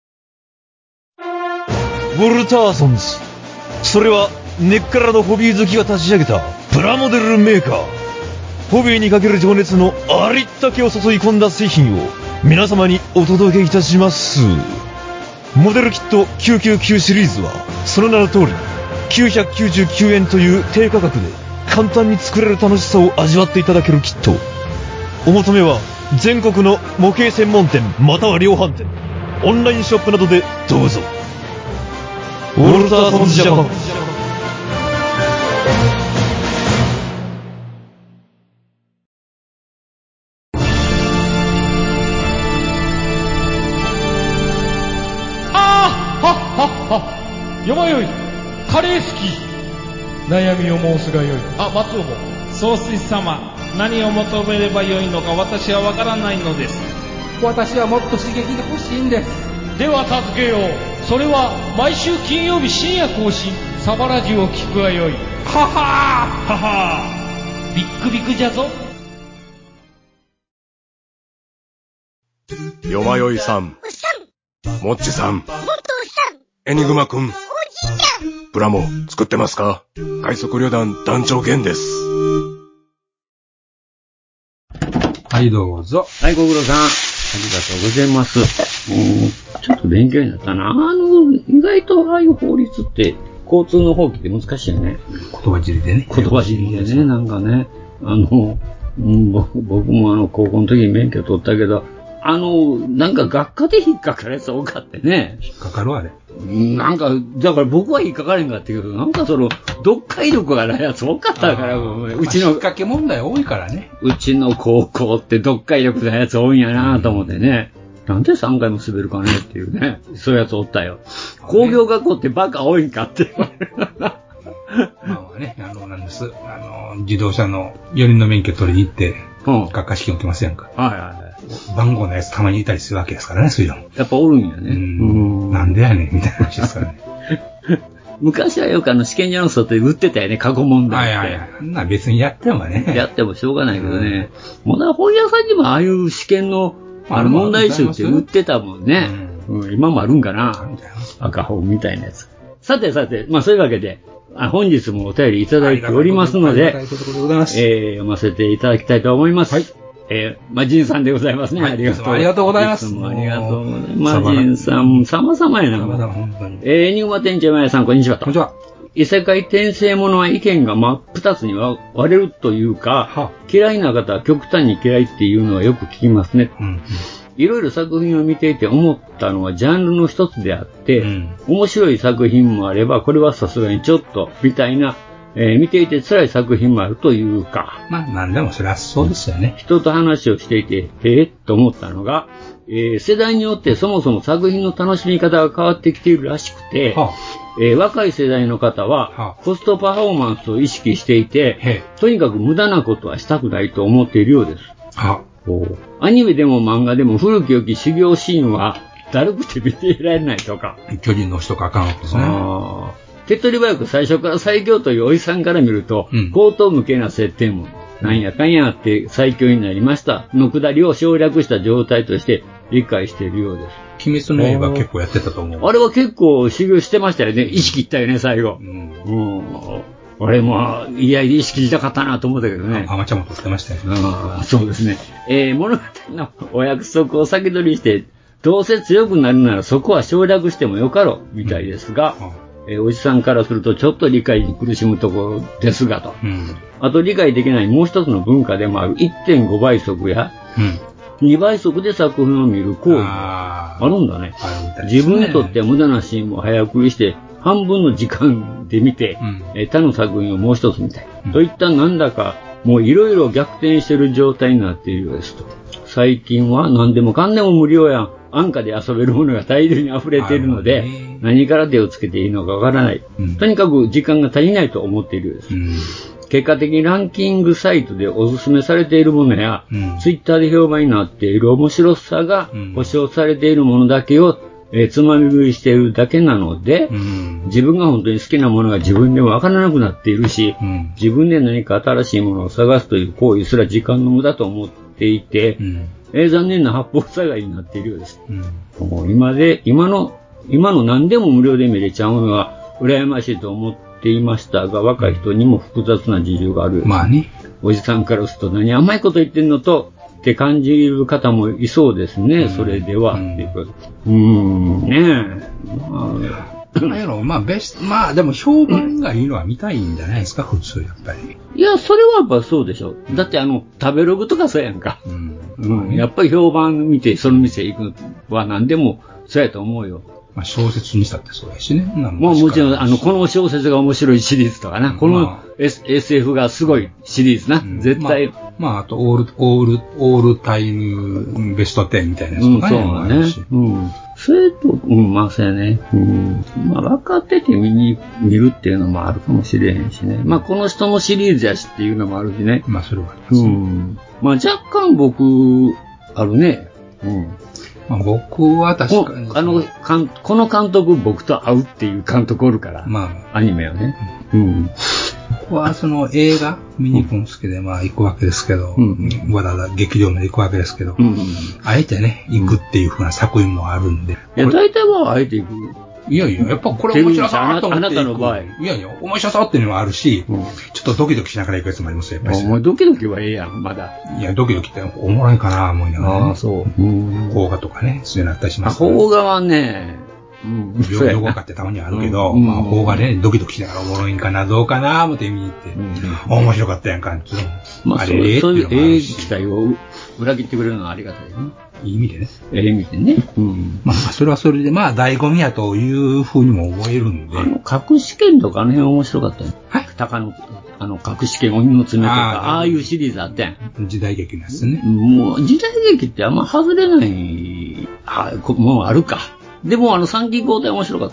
ウォルターソンズ、それは根っからのホビー好きが立ち上げたプラモデルメーカー。ホビーにかける情熱のありったけを注い込んだ製品を皆様にお届けいたします。モデルキット999シリーズはその名の通り999円という低価格で簡単に作れる楽しさを味わっていただけるキット。お求めは全国の模型専門店または量販店、オンラインショップなどでどうぞ。ウォルターソンズジャパン。 よまよい、カレー好き。悩みを申すがよい。松尾も。 総帥様、何を求めればよいのか私はわからないのです。 私はもっと刺激が欲しいんです。では助けよう。それは毎週金曜日深夜更新、サバラジュを聞くがよい。ははーははー、ビックビックじゃぞ。 よまよいさん、もっちさん、エニグマくん、プラモ作ってますか？快速旅団団長健です。 はい、どうぞ。 はい、ご苦労さん。ありがとうございます。ちょっと勉強になったな。意外とああいう法律って交通の法規って難しいよね。 言葉尻でね。 言葉尻でね、なんかね。僕も高校の時に免許取ったけど、なんか学科で引っかかるやつ多かってね。 引っかかるあれ。 なんか、だから僕は引っかかれんかったけど、なんか読解力がないやつ多かったから、うちの。 引っ掛け問題多いからね。 うちの高校って読解力ないやつ多いんやなと思ってね。なんで3回も滑るかねっていうね。そういうやつおったよ。工業学校ってバカ多いんかって言われる。 まあね、なんです。自動車の4人の免許取りに行って、学科試験受けますやんか。 はいはい。 番号のやつたまにいたりするわけですからね、そういうの。 やっぱおるんやね。 なんでやねん、みたいな話ですからね。 昔はよく試験所の外で売ってたよね、過去問題って。 はいはいはい。別にやってもね。 やってもしょうがないけどね。まだ本屋さんにもああいう試験の問題集って売ってたもんね。今もあるんかな。赤本みたいなやつ。さて、まあそういうわけで、本日もお便りいただいておりますので、読ませていただきたいと思います。はい。ジンさんでございますね。ありがとうございます。 いつもありがとうございます。ジンさん、様々やな。 本当に。 エニグマ店長前さん、こんにちは。 こんにちは。 異世界転生ものは意見が真っ二つに割れるというか、嫌いな方は極端に嫌いっていうのはよく聞きますね。いろいろ作品を見ていて思ったのはジャンルの一つであって、面白い作品もあれば、これはさすがにちょっと、みたいな、見ていて辛い作品もあるというか。 まあ、なんでもそれはそうですよね。 人と話をしていて、と思ったのが、世代によってそもそも作品の楽しみ方が変わってきているらしくて、若い世代の方は、コストパフォーマンスを意識していて、とにかく無駄なことはしたくないと思っているようです。アニメでも漫画でも古き良き修行シーンはだるくて見ていられないとか。 巨人の人かあかんわけですね。 手っ取り早く最初から最強というおじさんから見ると、高等無形な設定も、なんやかんやあって最強になりましたのくだりを省略した状態として理解しているようです。 鬼滅の刃結構やってたと思う。 あれは結構修行してましたよね。意識いったよね、最後。俺も、いや、意識したかったなと思ったけどね。 アマちゃんも撮ってましたよね。そうですね。物語のお約束を先取りして、どうせ強くなるならそこは省略してもよかろう、みたいですが、おじさんからするとちょっと理解に苦しむところですがと。あと理解できないもう一つの文化でもある 1.5 倍速や、2倍速で作品を見る行為あるんだね。自分にとっては無駄なシーンを早送りして、半分の時間で見て、他の作品をもう一つ見たい。といったなんだか、もういろいろ逆転している状態になっているようですと。最近は何でもかんでも無料や安価で遊べるものが大量に溢れているので、何から手をつけていいのかわからない。とにかく時間が足りないと思っているようです。結果的にランキングサイトでおすすめされているものや、ツイッターで評判になっている面白さが保証されているものだけをつまみ食いしてるだけなので、自分が本当に好きなものが自分でもわからなくなっているし、自分で何か新しいものを探すという行為すら時間の無駄と思っていて、残念な八方塞がりになっているようです。もう今の何でも無料で見れちゃうのは羨ましいと思っていましたが、若い人にも複雑な事情があるようです。まあね。おじさんからすると何甘いこと言ってんのと、って感じる方もいそうですね、それでは。ねまあでも評判がいいのは見たいんじゃないですか、普通やっぱり。 いや、それはやっぱそうでしょ。だって食べログとかそうやんか。やっぱり評判見てその店行くは何でもそうやと思うよ。 まあ小説にしたってそうやしね。 もちろん、この小説が面白いシリーズとかな、この SF がすごいシリーズな、絶対。 まあ、あと、オールタイムベスト10みたいなやつとかね。 そうね。それと、まあ、そうやね。まあ、分かってて見るっていうのもあるかもしれへんしね。まあ、この人のシリーズやしっていうのもあるしね。 まあ、それはありますね。 まあ、若干僕、あるね。 まあ、僕は確かに。 この監督、僕と会うっていう監督おるから。まあ。アニメをね。 僕はその映画見に行くんですけど、まあ行くわけですけど、わざわざ劇場まで行くわけですけど、あえてね、行くっていう風な作品もあるんで。 いや、大体はあえて行く。 いやいや、やっぱこれ面白さと思って。 あなたの場合。 いやいや、面白さっていうのもあるし、ちょっとドキドキしながら行くやつもありますよ、やっぱり。 お前ドキドキはええやん、まだ。 いや、ドキドキっておもろいかな、思いながら。 ああ、そう。 邦画とかね、そういうのあったりします。 邦画はね、 両国ってたまにあるけど、まあ、邦画ね、ドキドキしながらおもろいんかな、どうかな、思って見に行って、面白かったやんか、っていうのも。 まあ、そういう期待を裏切ってくれるのはありがたいね。 いい意味でね。 意味でね。 まあ、それはそれで、まあ、醍醐味やという風にも思えるんで。 隠し剣とかあの辺面白かったよ。はい。鷹の、隠し剣、鬼の爪とか、ああいうシリーズあったやん。 時代劇のやつね。 もう、時代劇ってあんま外れない、もうあるか。でも参議交代面白かった。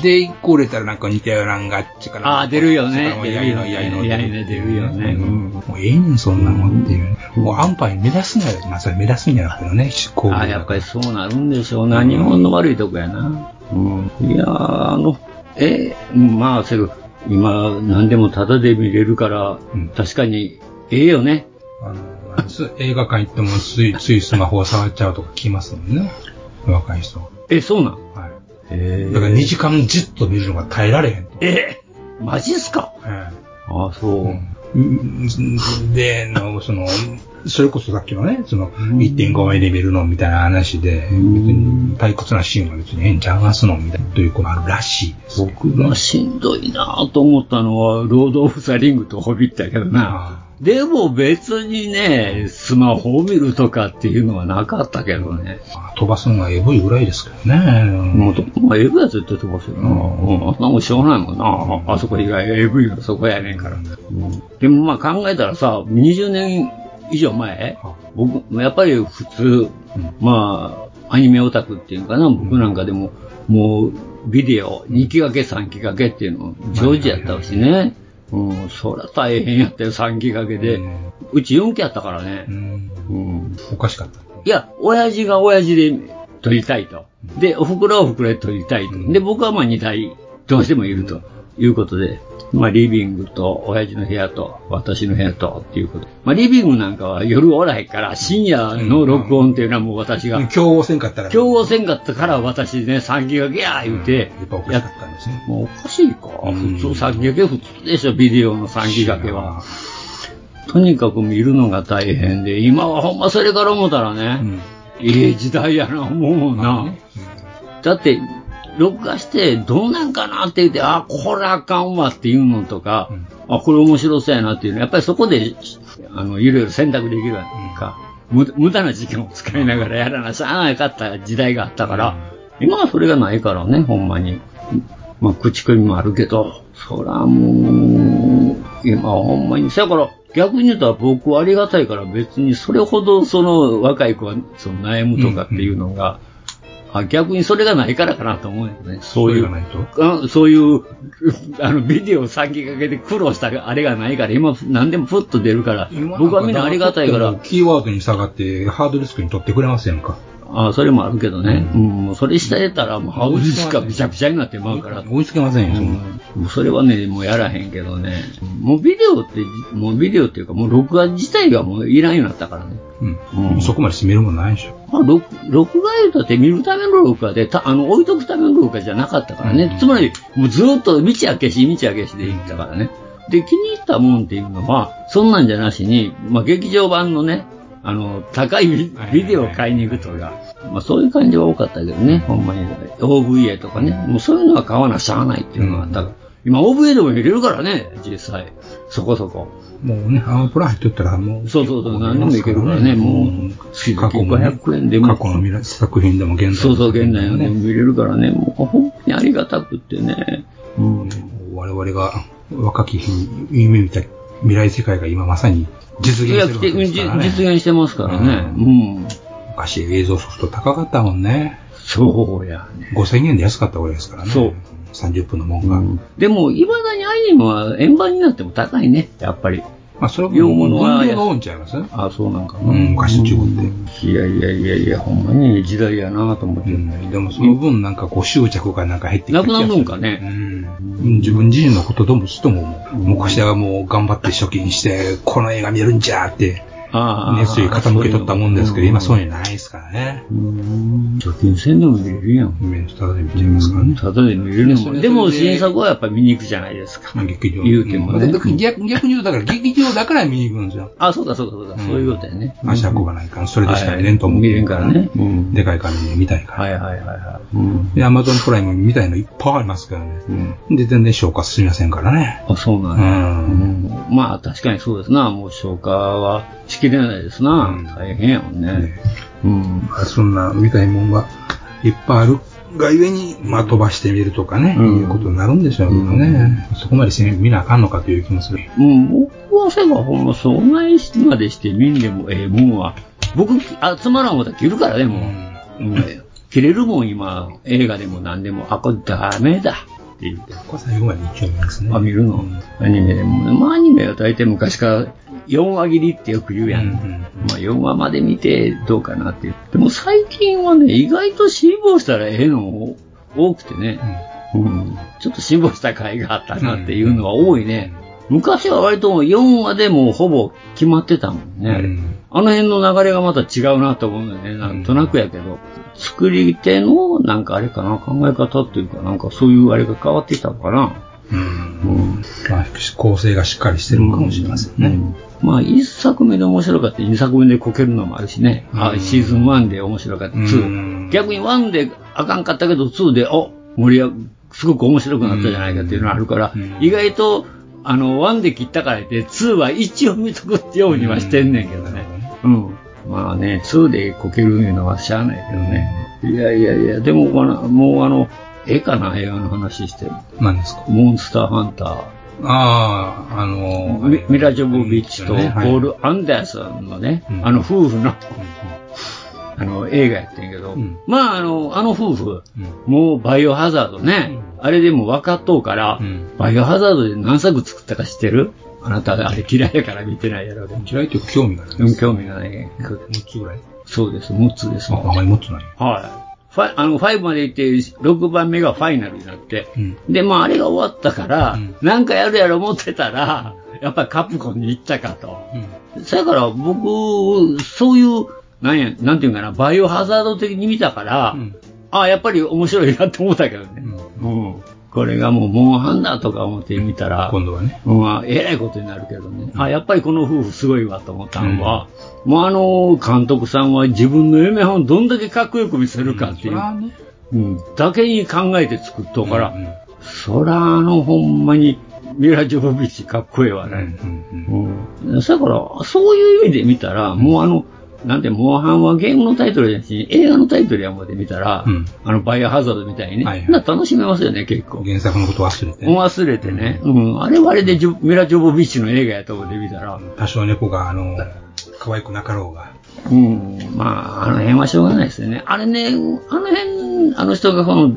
で、一個売れたらなんか似たようなのがあっちから。 ああ、出るよね。 出るよね。 出るよね。 もうええねん、そんなもんっていう。もう安牌目立つんやろ。まあ、それ目立つんやろけどね、 ああ、やっぱりそうなるんでしょうな。日本の悪いとこやな。いやまあ、今、何でもタダで見れるから、確かに、ええよね。 映画館行ってもついスマホを触っちゃうとか聞きますもんね。若い人。 そうなん？ はい。だから2時間じっと見るのが耐えられへんと。 マジっすか？ああ、そう。 で、それこそさっきのね、1.5 倍で見るのみたいな話で、別に退屈なシーンは別にええんちゃいますのみたいな、ということあるらしいです。 僕がしんどいなぁと思ったのは、ロード・オブ・ザ・リングとホビットやけどな。でも別にね、スマホを見るとかっていうのはなかったけどね。 飛ばすのはエブいぐらいですけどね。 もうエブや絶対飛ばすよな。あんなもんしょうがないもんな。あそこ以外エブいのそこやねんから。でもまあ考えたらさ、20年以上前、僕、やっぱり普通、まあ、アニメオタクっていうかな、僕なんかでも、もう、ビデオ、2期掛け、3期掛けっていうの、常時やったしね。そりゃ大変やったよ、3期掛けで。うち4期やったからね。 おかしかった。 いや、親父が親父で撮りたいと。で、お袋はお袋で撮りたいと。で、僕はまあ2台、どうしてもいるということで、まあリビングと親父の部屋と私の部屋とっていうこと。まあリビングなんかは夜おらへんから深夜の録音っていうのはもう私が。 競合せんかったから私ね、3期掛けや言うて。 やっぱおかしかったんですね。 もうおかしいか。普通3期掛け普通でしょ、ビデオの3期掛けは。とにかく見るのが大変で、今はほんまそれから思ったらね、いい時代やな、思うな。だって、録画して、どうなんかなって言って、あ、これあかんわっていうのとか、あ、これ面白そうやなっていうの、やっぱりそこで、いろいろ選択できるわけか、無駄な時間を使いながらやらなしゃあなかった時代があったから、今はそれがないからね、ほんまに。まあ、口コミもあるけど、そらもう、今はほんまに、だから、逆に言うと僕はありがたいから別にそれほど若い子は悩むとかっていうのが、逆にそれがないからかなと思うよね。そういう、ビデオ3期掛けで苦労したあれがないから、今何でもプッと出るから、僕はみんなありがたいから。 キーワードに下がってハードディスクに取ってくれますやんか。 あ、それもあるけどね。もうそれしてたらもうハウスしかびちゃびちゃになってまうから。 追いつけませんよ、 もうそれはね、もうやらへんけどね。もうビデオっていうか、もう録画自体がもういらんようになったからね。 そこまで締めるもんないでしょ。 まあ、録画言うたって見るための録画で、置いとくための録画じゃなかったからね。つまり、もうずっと道開けしで行ったからね。で、気に入ったもんっていうのは、そんなんじゃなしに、まあ、劇場版のね、高いビデオを買いに行くとか、まあ、そういう感じは多かったけどね、ほんまに。OVA とかね。もうそういうのは買わなしゃあないっていうのがあったから。今 OVA でも見れるからね、実際。そこそこ。 もうね、アマプラ入っとったらもう。 そう、何でもいけるからね、もう、 過去の 500円でも。 過去の作品でも現在。 そう、現代のね、見れるからね、もう本当にありがたくってね。 我々が若き日に夢見た未来世界が今まさに実現してるわけですからね。 実現してますからね。 昔映像ソフト高かったもんね。 そうやね。 5000円で安かったぐらいですからね。そう。30分のもんが。 でも、未だにアニメは円盤になっても高いね、やっぱり。 まあ、それは分量が多いんちゃいます？ あ、そうなんかな。 昔の中国って。 いや、ほんまに時代やなと思って。 でもその分なんかこう執着がなんか減ってきて。 なくなるんかね。 自分自身のことも昔はもう頑張って貯金して、この映画見るんじゃーって、熱意傾けとったもんですけど、今そういうのないですからね。 貯金せんでも見れるやん。 ただで見ちゃいますからね。 ただで見れるもん。でも新作はやっぱり見に行くじゃないですか。 劇場。 言うてもね。 逆に言うとだから劇場だから見に行くんですよ。 あ、そうだ。そういうことやね。 足運ばないから、それでしか見れんと思う。 見れんからね。 でかい画面で見たいから。 はい。 で、アマゾンプライム見たいのいっぱいありますからね。で、全然消化進みませんからね。 あ、そうなんや。まあ確かにそうですな。もう消化はしきれないですな。大変やもんね。 そんな見たいもんがいっぱいあるがゆえに、まあ飛ばしてみるとかね、いうことになるんでしょうけどね。そこまで見なあかんのかという気もする。 僕はせがほんまそんなにまでして見んでもええもんは、僕、つまらんことは切るからね、もう。切れるもん今、映画でも何でも、これダメだ。って言って。 これ最後まで一応見ますね。 見るの、アニメでも。まあアニメは大体昔から4話切りってよく言うやん。まあ4話まで見てどうかなっていう。でも最近はね、意外と辛抱したらええの多くてね。ちょっと辛抱した回があったなっていうのは多いね。昔は割と4話でもうほぼ決まってたもんね。あの辺の流れがまた違うなと思うんだよね。なんとなくやけど。作り手のなんかあれかな、考え方っていうかなんかそういうあれが変わってきたのかな。 まあ、構成がしっかりしてるかもしれませんね。 まあ1作目で面白かった2作目でこけるのもあるしね。シーズン1で面白かった2。逆に1であかんかったけど2ですごく面白くなったじゃないかっていうのがあるから、意外と1で切ったからって2は一応見とくってようにはしてんねんけどね。まあね、2でこけるのはしゃあないけどね。いや、でももう絵かな、映画の話してる。 何ですか？ モンスターハンター。ミラ・ジョボビッチとポール・アンダーソンのね、夫婦の、映画やってんけど、まあ夫婦、もうバイオハザードね、あれでも分かっとうから、バイオハザードで何作作ったか知ってる？あなたあれ嫌いやから見てないやろうけど。 嫌いっていうか興味がないです。 興味がない。 6つぐらい？ そうです、6つです。 あまり6つない。 はい。5まで行って、6番目がファイナルになって。で、まああれが終わったから、なんかやるやろ思ってたら、やっぱりカプコンに行ったかと。そやから僕、そういう、なんていうかな、バイオハザード的に見たから、やっぱり面白いなって思ったけどね。これがもうモンハンだとか思って見たら、 今度はね。 えらいことになるけどね。やっぱりこの夫婦すごいわと思ったのは、もう監督さんは自分の嫁はんどんだけかっこよく見せるかっていう、だけに考えて作っとから、そらほんまにミラ・ジョボビッチかっこいいわね。だから、そういう意味で見たら、もうなんて、モンハンはゲームのタイトルじゃなし、映画のタイトルやもんで見たら、バイオハザードみたいにね、楽しめますよね、結構。 原作のこと忘れて。 忘れてね。あれはあれでミラ・ジョボビッチの映画やと思って見たら。 多少猫が、可愛くなかろうが。 まあ、辺はしょうがないですよね。あれね、あの辺、あの人がこの、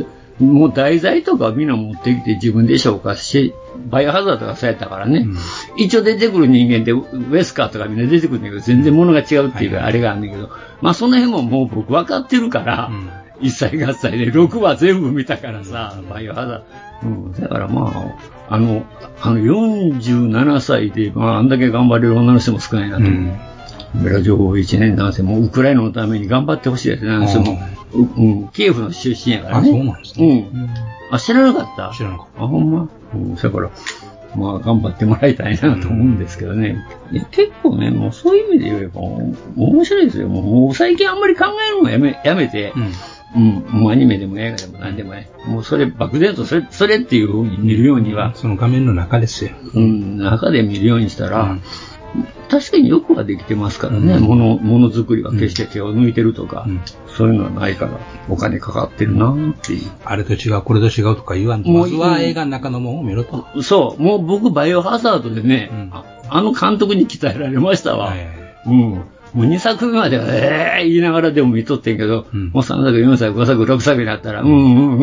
もう題材とかみんな持ってきて自分で消化し、バイオハザードがそうやったからね、一応出てくる人間で、ウェスカーとかみんな出てくるんだけど、全然物が違うっていうか、あれがあるんだけど、まあその辺ももう僕分かってるから、一切合切で、6話全部見たからさ、バイオハザード。だからまあ、47歳で、まああんだけ頑張れる女の人も少ないなと思う。ベラ情報1年男性もウクライナのために頑張ってほしいですね。キエフの出身やからね。 そうなんですね。 知らなかった？ 知らなかった。 ほんま？だから、まあ頑張ってもらいたいなと思うんですけどね。結構ね、もうそういう意味で言えば、面白いですよ。もう最近あんまり考えるのやめて、もうアニメでも映画でも何でもね、もうそれ漠然とそれっていう風に見るようには、 その画面の中ですよ。 中で見るようにしたら、確かによくはできてますからね、ものづくりは決して手を抜いてるとか、そういうのはないから、お金かかってるなーっていう。 あれと違う、これと違うとか言わんと、まずは映画の中のものを見ろと。 そう、もう僕、バイオハザードでね、あの監督に鍛えられましたわ。もう2作目までは、言いながらでも見とってんけど、もう3作、4作、5作、6作になったら、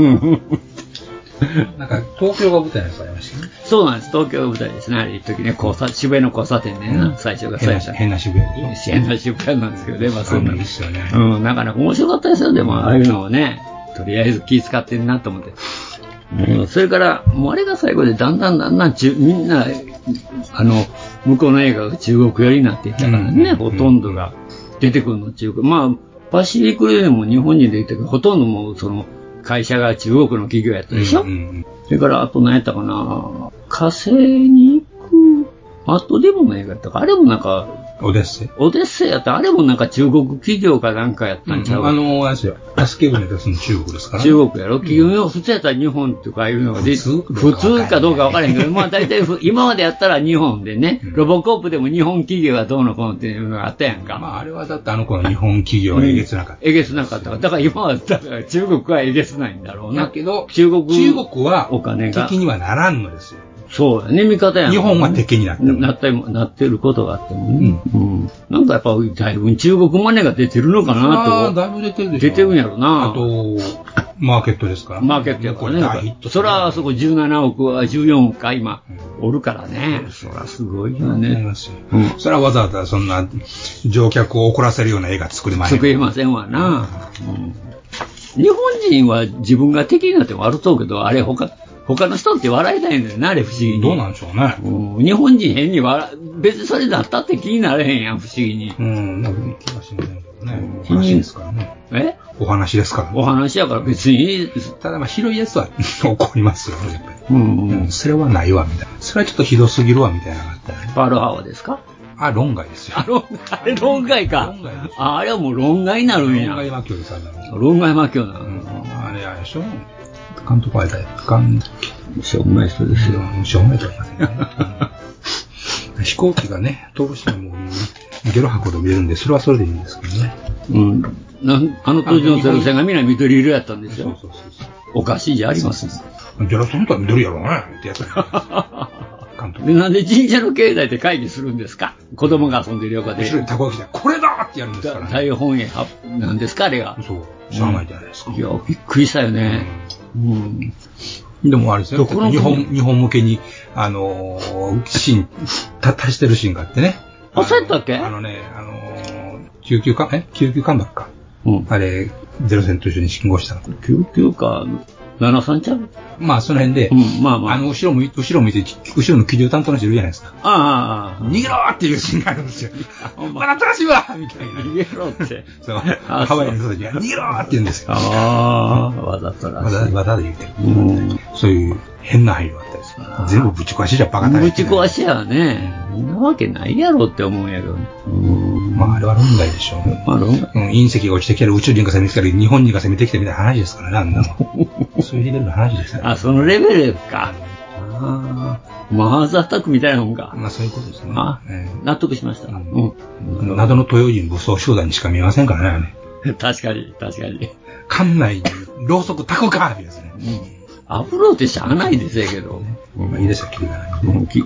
なんか、東京が舞台のやつありましたね。 そうなんです。東京が舞台ですね。あれ、一時ね、渋谷の交差点でね、最初が最初。 変な渋谷で変な渋谷なんですけどね、まあそんな。 いいですよね。 なかなか面白かったですよ。でも、ああいうのをね、とりあえず気使ってるなと思って。それから、もうあれが最後でだんだんみんな、向こうの映画が中国寄りになっていったからね、ほとんどが出てくるの中国。まあ、パシフィックレーンも日本に出てくるほとんどもうその、会社が中国の企業やったでしょ、それからあと何やったかな、火星に行く後でもの映画やったか、あれもなんかオデッセイやった、あれもなんか中国企業かなんかやったんちゃうか、 あれですよ、助け舟出すの中国ですからね。 中国やろ、企業普通やったら日本とかいうのが普通かどうか分からへんけど、まあ大体今までやったら日本でね、ロボコープでも日本企業がどうのこうのっていうのがあったやんか。 まああれはだってあの頃日本企業はえげつなかった。 えげつなかったから。だから今は、だから中国はえげつないんだろうな。 だけど、 中国はお金が敵にはならんのですよ。 そうだね、味方やん。 日本は敵になってる。 なってることがあってもね。なんかやっぱだいぶ中国マネが出てるのかなと。 だいぶ出てるでしょ。 出てるんやろな。 あと、マーケットですから。 マーケットやからね。そらあそこ17億は14億か今、おるからね。そらすごいよね。 それはわざわざそんな乗客を怒らせるような映画作れません。 作れませんわな。日本人は自分が敵になっても悪そうけど、あれ他の人って笑いたいんだよな、あれ不思議に。 どうなんでしょうね。 日本人変に別にそれだったって気になれへんやん、不思議に。 なんか気がしませんけどね。お話ですからね。お話ですからね。 お話やから別に。 ただまあ広いやつは怒りますよね、やっぱり。それはないわ、みたいな。それはちょっとひどすぎるわ、みたいなのがあったね。 パールハワーですか？ 論外ですよ。 あれ論外か。あれはもう論外になるんや。 論外魔境ですからね。 論外魔境なの。 あれでしょ？監督はしょうもない人ですよ。 しょうもない人はね。飛行機がね、飛ぶ人もゲロ箱で見れるんで、それはそれでいいんですけどね。 あの当時のゼロ戦がみんな緑色やったんですよ。おかしいじゃありません。 ゼロ戦とは緑やろうね、ってやつ。 で、なんで神社の境内で会議するんですか？子供が遊んでる横で。 後ろにたこ焼きで、これだってやるんですからね。 大本営なんですか、あれが。 そう。しゃあないじゃないですか。 いや、びっくりしたよね。 でもあれですよ。日本向けに、シーン、足してるシーンがあってね。 あ、そうやったっけ？ 救急艦爆か。あれ、ゼロ戦と一緒に進行したの。 救急艦73ちゃう？ まあ、その辺で、後ろ向いて、後ろの機動担当の人いるじゃないですか。逃げろっていうシーンがあるんですよ。まだ新しいわみたいな。 逃げろって。 そう。ハワイの人たちが、逃げろって言うんですよ。 わざとらしい。 わざと言うてる。そういう変な配慮があったりする。全部ぶち壊しじゃバカだぶち壊しやね。そんなわけないやろって思うんやけど。 まあ、あれは論外でしょう。 まあ、論外。 隕石が落ちてきたり、宇宙人が攻めてきたり、日本人が攻めてきたみたいな話ですからね、あんなの。そういうレベルの話ですね。 あ、そのレベルか。マーズアタックみたいなもんか。 まあそういうことですね。 納得しました。 謎の東洋人武装集団にしか見えませんからね。 確かに。 館内にろうそく炊くかってですね。 アプローってしゃあないですけど。 いいですよ、キリがない。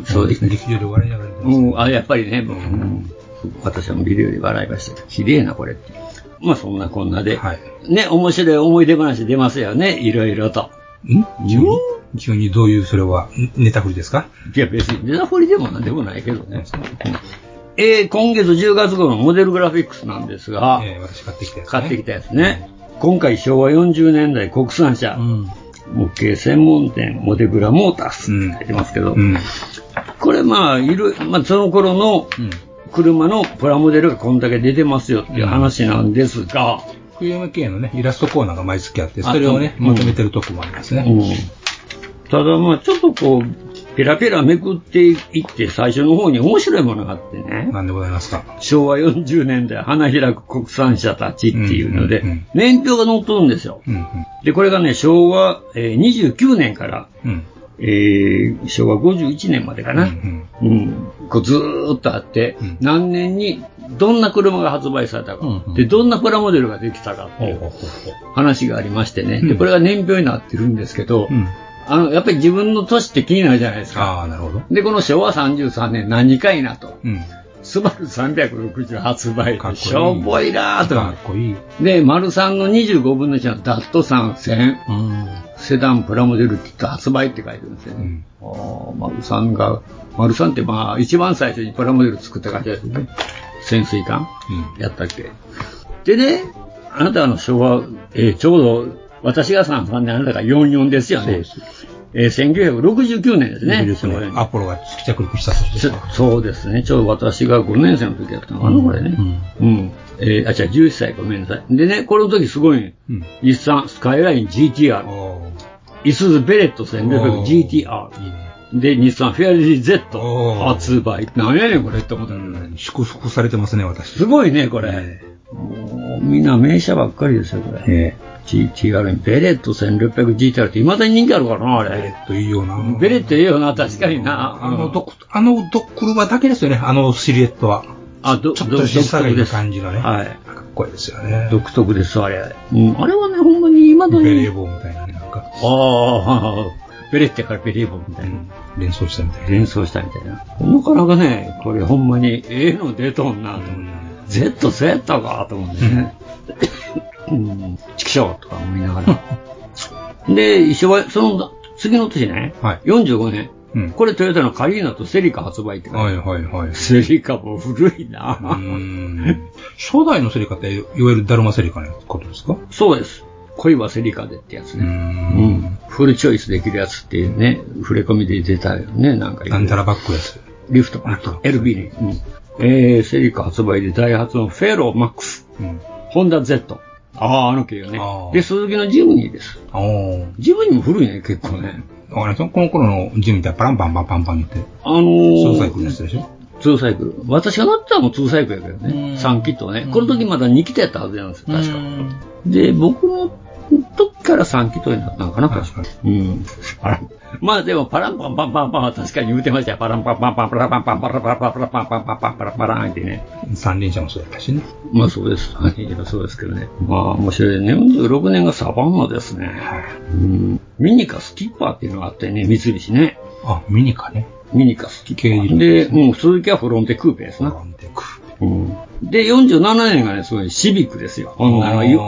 そうですね。 劇場で笑いながら見てます。 やっぱりね、私はビデオで笑いました。綺麗な、これって。まあそんなこんなで。ね、面白い思い出話出ますよね、いろいろと。 急にどういうそれはネタ振りですか？ いや別にネタ振りでもなんでもないけどね。今月10月号のモデルグラフィックスなんですが、 私買ってきたやつね。 買ってきたやつね。今回昭和40年代国産車、模型専門店モデグラモータースって書いてますけど、これまあその頃の車のプラモデルがこんだけ出てますよっていう話なんですが、 QMK のね、イラストコーナーが毎月あって、それをね、まとめてるとこもありますね。 ただまあちょっとこう、ペラペラめくっていって最初の方に面白いものがあってね。 何でございますか？ 昭和40年代花開く国産車たちっていうので、年表が載っとるんですよ。で、これがね、昭和29年から、昭和51年までかな。こうずーっとあって、何年にどんな車が発売されたか、で、どんなプラモデルができたかっていう話がありましてね。で、これが年表になってるんですけど、やっぱり自分の年って気になるじゃないですか。 なるほど。 で、この昭和33年何かいなと。スバル360発売でしょぼいなーと。 かっこいい。 で、丸3の25分の1のダット3000、セダンプラモデルキット発売って書いてるんですよね。丸3ってまあ一番最初にプラモデル作った会社ですね。潜水艦、やったっけ。でね、あなた昭和、ちょうど私が33年、あなたが44ですよね。1969年ですね。 アポロが着陸した年ですか？ そうですね。ちょうど私が5年生の時やったのかな、これね。11歳、ごめんなさい。でね、この時すごい、日産スカイライン GTR、イスズベレット1600 GTR、で、日産フェアリー Z 発売。何やねんこれって思ったんだけどね。 祝福されてますね、私。 すごいね、これ。もうみんな名車ばっかりですよ、これ。GTR にベレット 1600GTR って未だに人気あるからな、あれ。 ベレットいいよな。 ベレットいいよな、確かにな。 車だけですよね、シルエットは。ちょっと小さい感じのね。 はい。 かっこいいですよね。 独特です、あれ。あれはね、ほんまに未だに。 ベレー帽みたいなね、なんか。 ベレッテからベレー帽みたいな。 連想したみたいな。 連想したみたいな。なかなかね、これほんまにの出とんなと思って。Z そうやったかと思ってね。チキショーとか思いながら。で、その次の年ね、45年。これトヨタのカリーナとセリカ発売って書いてある。セリカも古いな。 初代のセリカっていわゆるダルマセリカのことですか？ そうです。恋はセリカでってやつね。フルチョイスできるやつっていうね、触れ込みで出たよね、なんか。 なんたらバックやつ。 リフトバック。LB に。セリカ発売でダイハツのフェローマックス。ホンダ Z。あの系よね。で、鈴木のジムニーです。ジムニーも古いね、結構ね。 この頃のジムニーってパランパンパンパンパン言って。2サイクルのやつでしょ ？2サイクル。私が乗ってたのも2サイクルやけどね。3キットね。この時まだ2キットやったはずなんですよ、確か。で、僕の時から3キットになったのかな、確かに。まあでもパランパンパンパンパンは確かに言うてましたよ。パランパンパンパンパラパンパンパラパラパラパラパンパンパンパンパラパランってね。 三輪車もそうやったしね。 まあそうです。そうですけどね。まあ面白いね。46年がサバンナですね。ミニカスキッパーっていうのがあってね、三菱ね。 ミニカね。 ミニカスキッパー。で、鈴木はフロンテクーペですな。フロンテクーペ。で、47年がね、すごいシビックですよ。ほんまに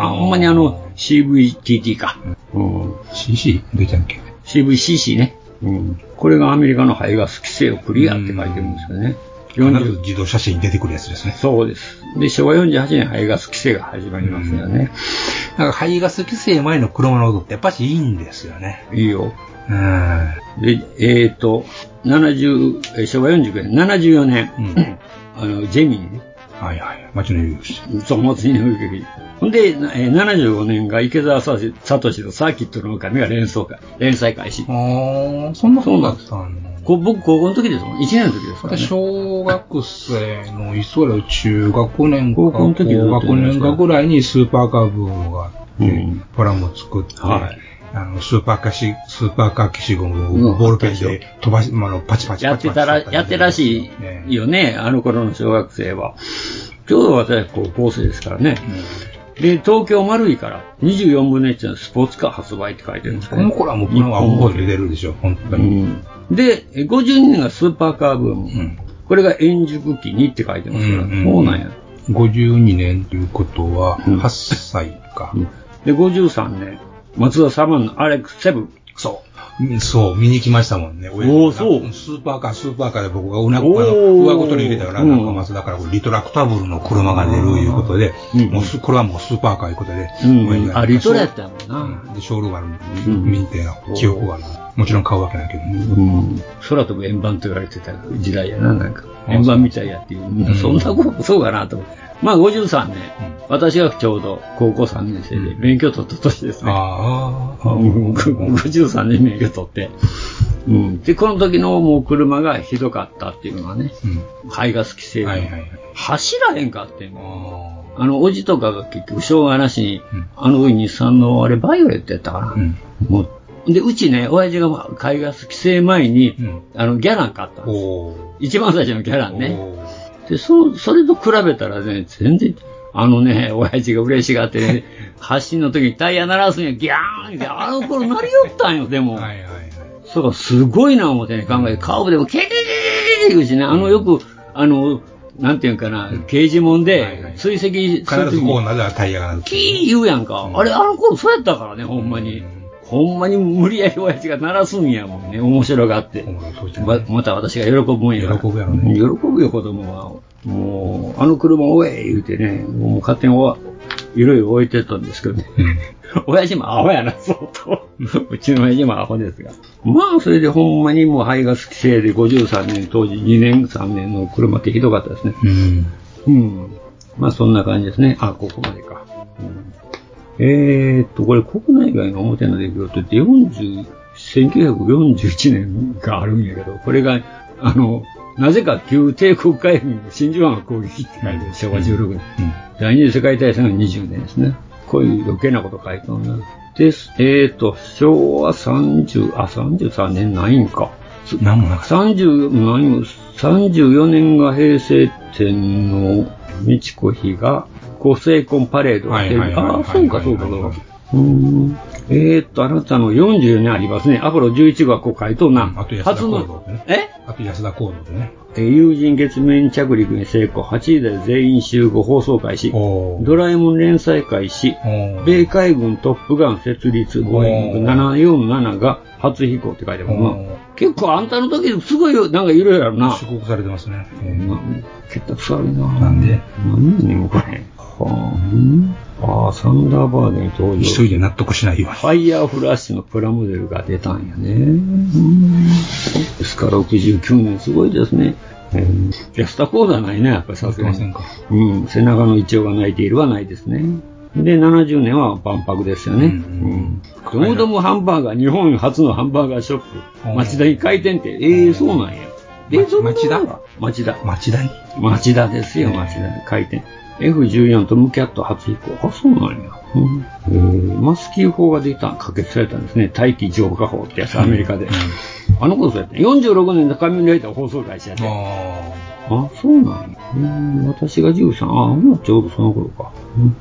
CVTT か。 CC? 出ちゃうっけ ？CVCC ね。これがアメリカの排ガス規制をクリアって書いてるんですよね。 自動車誌に出てくるやつですね。 そうです。で、昭和48年排ガス規制が始まりますよね。 なんか排ガス規制前の車の音ってやっぱしいいんですよね。 いいよ。で、昭和49年、74年、ジェミーね。 町の遊戯。 そう、町の遊戯。ほんで、75年が池澤聡のサーキットの狼が連載開始。 そんなそうだったんだ。 僕、高校の時ですもん。1年の時ですからね。 小学生のいつぐらい中学年か高学年かぐらいにスーパーカーブームがあって、プラモ作って、スーパーカー消しゴムをボールペンで飛ばし、パチパチパチパチ。 やってらしいよね、あの頃の小学生は。ちょうど私高校生ですからね。で、東京丸いから24分の1のスポーツカー発売って書いてるんですけど、 この頃はもうプラモは覚えて出るでしょ、本当に。 で、52年がスーパーカーブーム。これが円熟期にって書いてますから、そうなんや。 52年ということは8歳か。 で、53年。松田サマンの RX7。 そう、見に来ましたもんね。 おー、そう。 スーパーカーで僕が上ごとに入れたから、なんか松田からリトラクタブルの車が出るいうことで、これはもうスーパーカーいうことで、 リトラやったもんな。 で、ショールーム見に行った記憶がある。もちろん買うわけないけどね。 空飛ぶ円盤と言われてた時代やな、なんか。円盤みたいやっていう。そんなこと、そうかなと思って。まあ53年、私がちょうど高校3年生で免許取った年ですね。53年免許取って。で、この時のもう車がひどかったっていうのはね、排ガス規制で走らへんかってんの。おじとかが結局しょうがなしに、日産のあれバイオレットやったかな。もうで、うちね、親父が排ガス規制前に、ギャラン買ったんです。一番最初のギャランね。で、それと比べたらね、全然、親父が嬉しがってね、発進の時にタイヤ鳴らすんや、ギャーンって、頃鳴りよったんよ、でも。そうか、すごいな思ってね、考えて、カーブでも、ケーケーケー言うしね、よく、なんていうんかな、刑事門で、追跡する必ずこうなるタイヤが鳴る。 キー言うやんか。あれ、頃そうやったからね、ほんまに。ほんまに無理やり親父が鳴らすんやもんね、面白がって。また私が喜ぶもんやから。 喜ぶやろね。 喜ぶよ、子供は。もう、車おえ言うてね、もう勝手にいろいろ置いてったんですけどね。親父もアホやな、そうと。うちの親父もアホですが。まあ、それでほんまにもう排ガス規制で53年、当時2年、3年の車ってひどかったですね。まあ、そんな感じですね。ここまでか。これ国内外の表の出来事って1941年があるんやけど、これが、なぜか旧帝国海軍真珠湾攻撃って書いてある、昭和16年。第二次世界大戦が20年ですね。こういう余計なこと書いてあるな。で、昭和33年ないんか。 何もなかった。 34年が平成天の美智子妃がご成婚パレードをしてる。そうか。あなたの44年ありますね。アポロ11号はこう書いとんな。 あと安田講堂でね。あと安田講堂でね。 有人月面着陸に成功。8時台全員集合放送開始。ドラえもん連載開始。米海軍トップガン設立。ボーイング747が初飛行って書いてあるな。結構あんたの時すごいなんかいろいろあるな。 出国されてますね。 結託されるな。 なんで何年もこれ。サンダーバードに登場。 一人で納得しないよ。 ファイヤーフラッシュのプラモデルが出たんやね。ですから69年すごいですね。安田講座ないね、やっぱりさすがに。背中のイチョウが鳴いているはないですね。で、70年は万博ですよね。ドムドムハンバーガー、日本初のハンバーガーショップ。町田に開店って、そうなんや。 町田ですよ、町田に開店。F14 とムキャット初飛行。そうなんや。マスキー法が可決されたんですね。大気浄化法ってやつ、アメリカで。ことそうやった。46年の仮面ライダー放送開始やって。そうなんや。私が13。もうちょうどその頃か。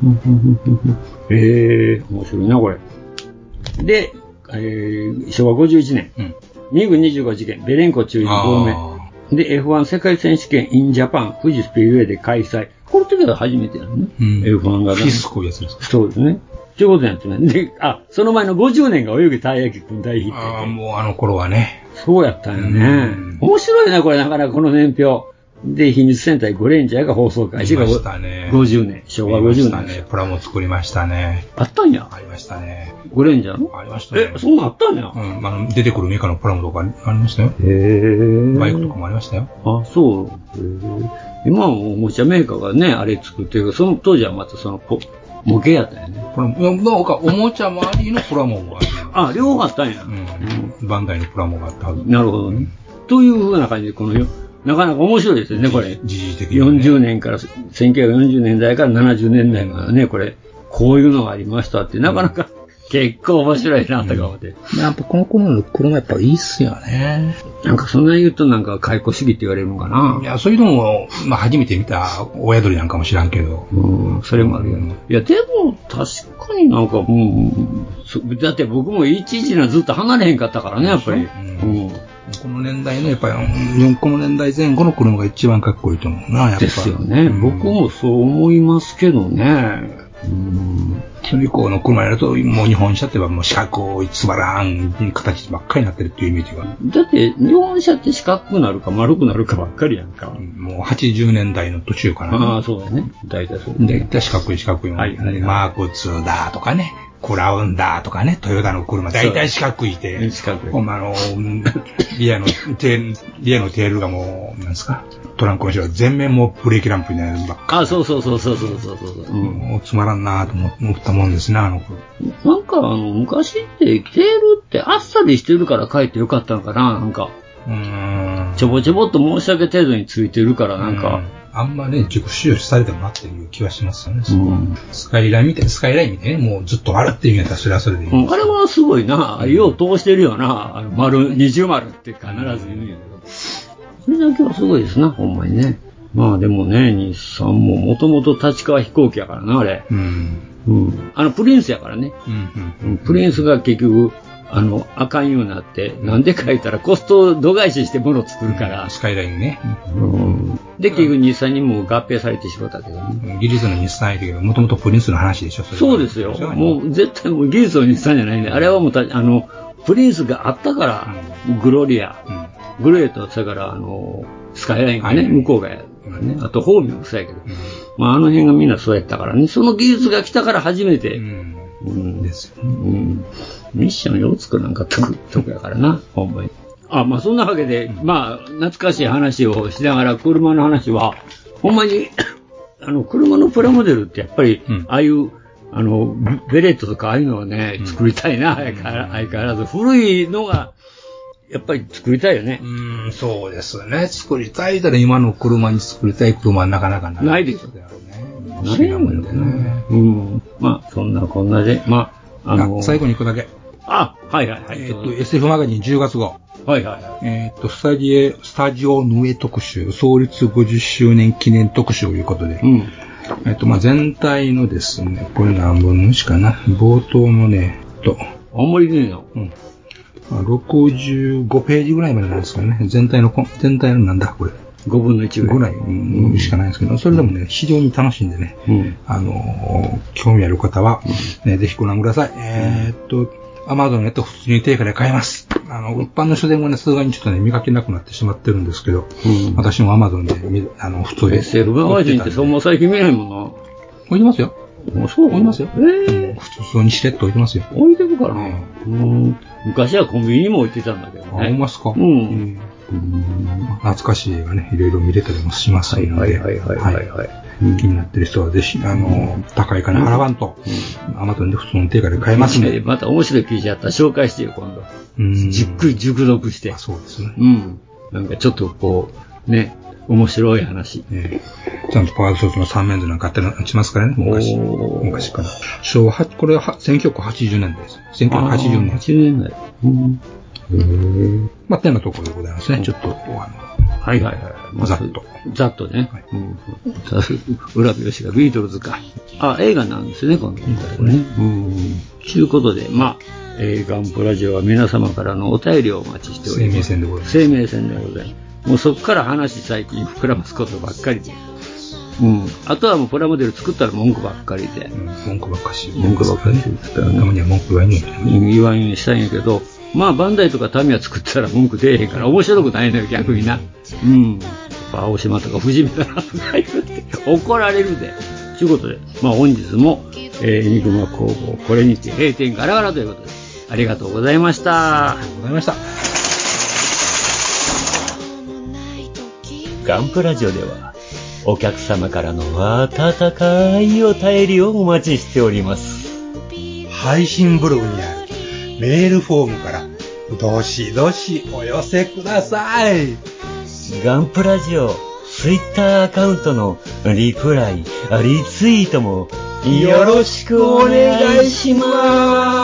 面白いな、これ。で、昭和51年。ミグ25事件、ベレンコ中尉亡命。で、F1 世界選手権 in Japan 富士スピードウェイで開催。この時は初めてやるね。F1 が。 フィスコいうやつですか。 そうですね。ということやってね。で、その前の50年が泳ぎたい焼きくん大ヒット。 もう頃はね。 そうやったんよね。面白いな、これなかなかこの年表。で、秘密戦隊ゴレンジャーが放送開始が50年。昭和50年。 プラモ作りましたね。 あったんや。 ありましたね。 ゴレンジャーのありましたね。 そんなんあったんや。 出てくるメーカーのプラモとかありましたよ。バイクとかもありましたよ。 そう。今はおもちゃメーカーがね、あれ作ってるけど、その当時はまた模型やったよね。 おもちゃ周りのプラモがある。両方あったんや。 バンダイのプラモがあったはず。 なるほどね。という風な感じで、なかなか面白いですよね、これ。 時事的に。 40年から、1940年代から70年代までね、これ、こういうのがありましたって、なかなか結構面白いなとか思って。 やっぱこの頃の車やっぱいいっすよね。 なんかそんな言うとなんか解雇主義って言われるのかな。 いや、そういうのも、初めて見た親鳥なんかも知らんけど。 それもあるよね。いや、でも確かになんか、だって僕も11のずっと離れへんかったからね、やっぱり。 この年代の、やっぱり、この年代前後の車が一番かっこいいと思うな、やっぱり。 ですよね。僕もそう思いますけどね。 それ以降の車やると、もう日本車って言えばもう四角いつばらん形ばっかりになってるっていうイメージが。 だって、日本車って四角くなるか丸くなるかばっかりやんか。 もう80年代の途中かな。 ああ、そうだね。大体そう。 大体四角い。はいはいはい、マーク2だとかね。クラウンだとかね、トヨタの車、大体四角いて、リアのテールがもう、なんですか、トランクの後ろ全面もブレーキランプになるばっか。 あ、そう。もうつまらんなと思ったもんですね、あの頃。 なんか昔ってテールってあっさりしてるからかえってよかったのかな、なんか。ちょぼちょぼっと申し訳程度についてるからなんか。 あんまね、熟習されてもなっていう気はしますよね。スカイラインみたいね、もうずっと丸っていう意味だったらそれはそれでいい。 あれはすごいな、よう通してるよな、二重丸って必ず言うんやけど。それだけはすごいですな、ほんまにね。まあでもね、日産ももともと立川飛行機やからな、あれ。プリンスやからね。プリンスが結局、あかんようになって、なんで書いたらコスト度外視して物を作るから。 スカイラインね。 で、結局日産にも合併されてしまったけどね。 技術の日産やけど、もともとプリンスの話でしょ、 そうですよ。もう絶対もう技術の日産じゃないね。あれはもうプリンスがあったから、グロリア、グレート、それからスカイラインがね、向こうがやるからね。あとホーミーもそうやけど。まああの辺がみんなそうやったからね。その技術が来たから初めて。 ですよ。 ミッションよつくなんかとこやからな、ほんまに。まあそんなわけで、まあ懐かしい話をしながら車の話は、ほんまに車のプラモデルってやっぱり、ああいうベレットとかああいうのをね、作りたいな、相変わらず古いのがやっぱり作りたいよね。 そうですね。作りたいだら今の車に作りたい車はなかなかないですよね。ないもんね。まあそんなこんなで、まあ最後に行くだけ。 はい。 SF マガジン10月号。 はい。 スタジオヌエ特集、創立50周年記念特集ということで。まあ全体のですね、これ何分の1かな。冒頭のね、 あんまりねえな。 65ページぐらいまでなんですかね。全体のなんだ、これ。 5分の1 ぐらいしかないんですけど、それでもね、非常に楽しんでね、興味ある方は、ぜひご覧ください。アマゾンやと普通に定価で買えます。一般の書店もね、数回にちょっとね、見かけなくなってしまってるんですけど、私もアマゾンで、普通に。 SF マガジンってそんな最近見ないもんな。 置いてますよ。 そう置いてますよ。普通にしれっと置いてますよ。 置いてるからね。昔はコンビニにも置いてたんだけどね。 置いますか。懐かしい映画ね、いろいろ見れたりもしますので、気になってる人はぜひ、高い金払わんと、アマゾンで普通の定価で買えますんで。 また面白い記事あったら紹介してよ、今度。じっくり熟読して。 そうですね。 なんかちょっとこう、ね、面白い話。 ちゃんとパワーソースの三面図なんかあったりしますからね、昔から。昭和、これは1980年代です。1980年。 80年代。 まあ、手のところでございますね。ちょっと、 ざっとね。浦部吉がビートルズか。映画なんですね、今度ね。ということで、まあ、ガンプラジオは皆様からのお便りをお待ちしております。 生命線でございます。 生命線でございます。もうそこから話最近膨らますことばっかりで。あとはもうプラモデル作ったら文句ばっかりで。 文句ばっかし。 ですからね。 たまには文句言わんように。言わんようにしたいんやけど、まあバンダイとかタミヤ作ったら文句出えへんから面白くないのよ、逆にな。青島とか富士見だなとか言って怒られるで。ということで、まあ本日も、エニグマ工房、これにて閉店ガラガラということで、ありがとうございました。 ありがとうございました。 ガンプラジオでは、お客様からの温かいお便りをお待ちしております。 配信ブログにあるメールフォームからどしどしお寄せください。 ガンプラジオツイッターアカウントのリプライ、リツイートもよろしくお願いします。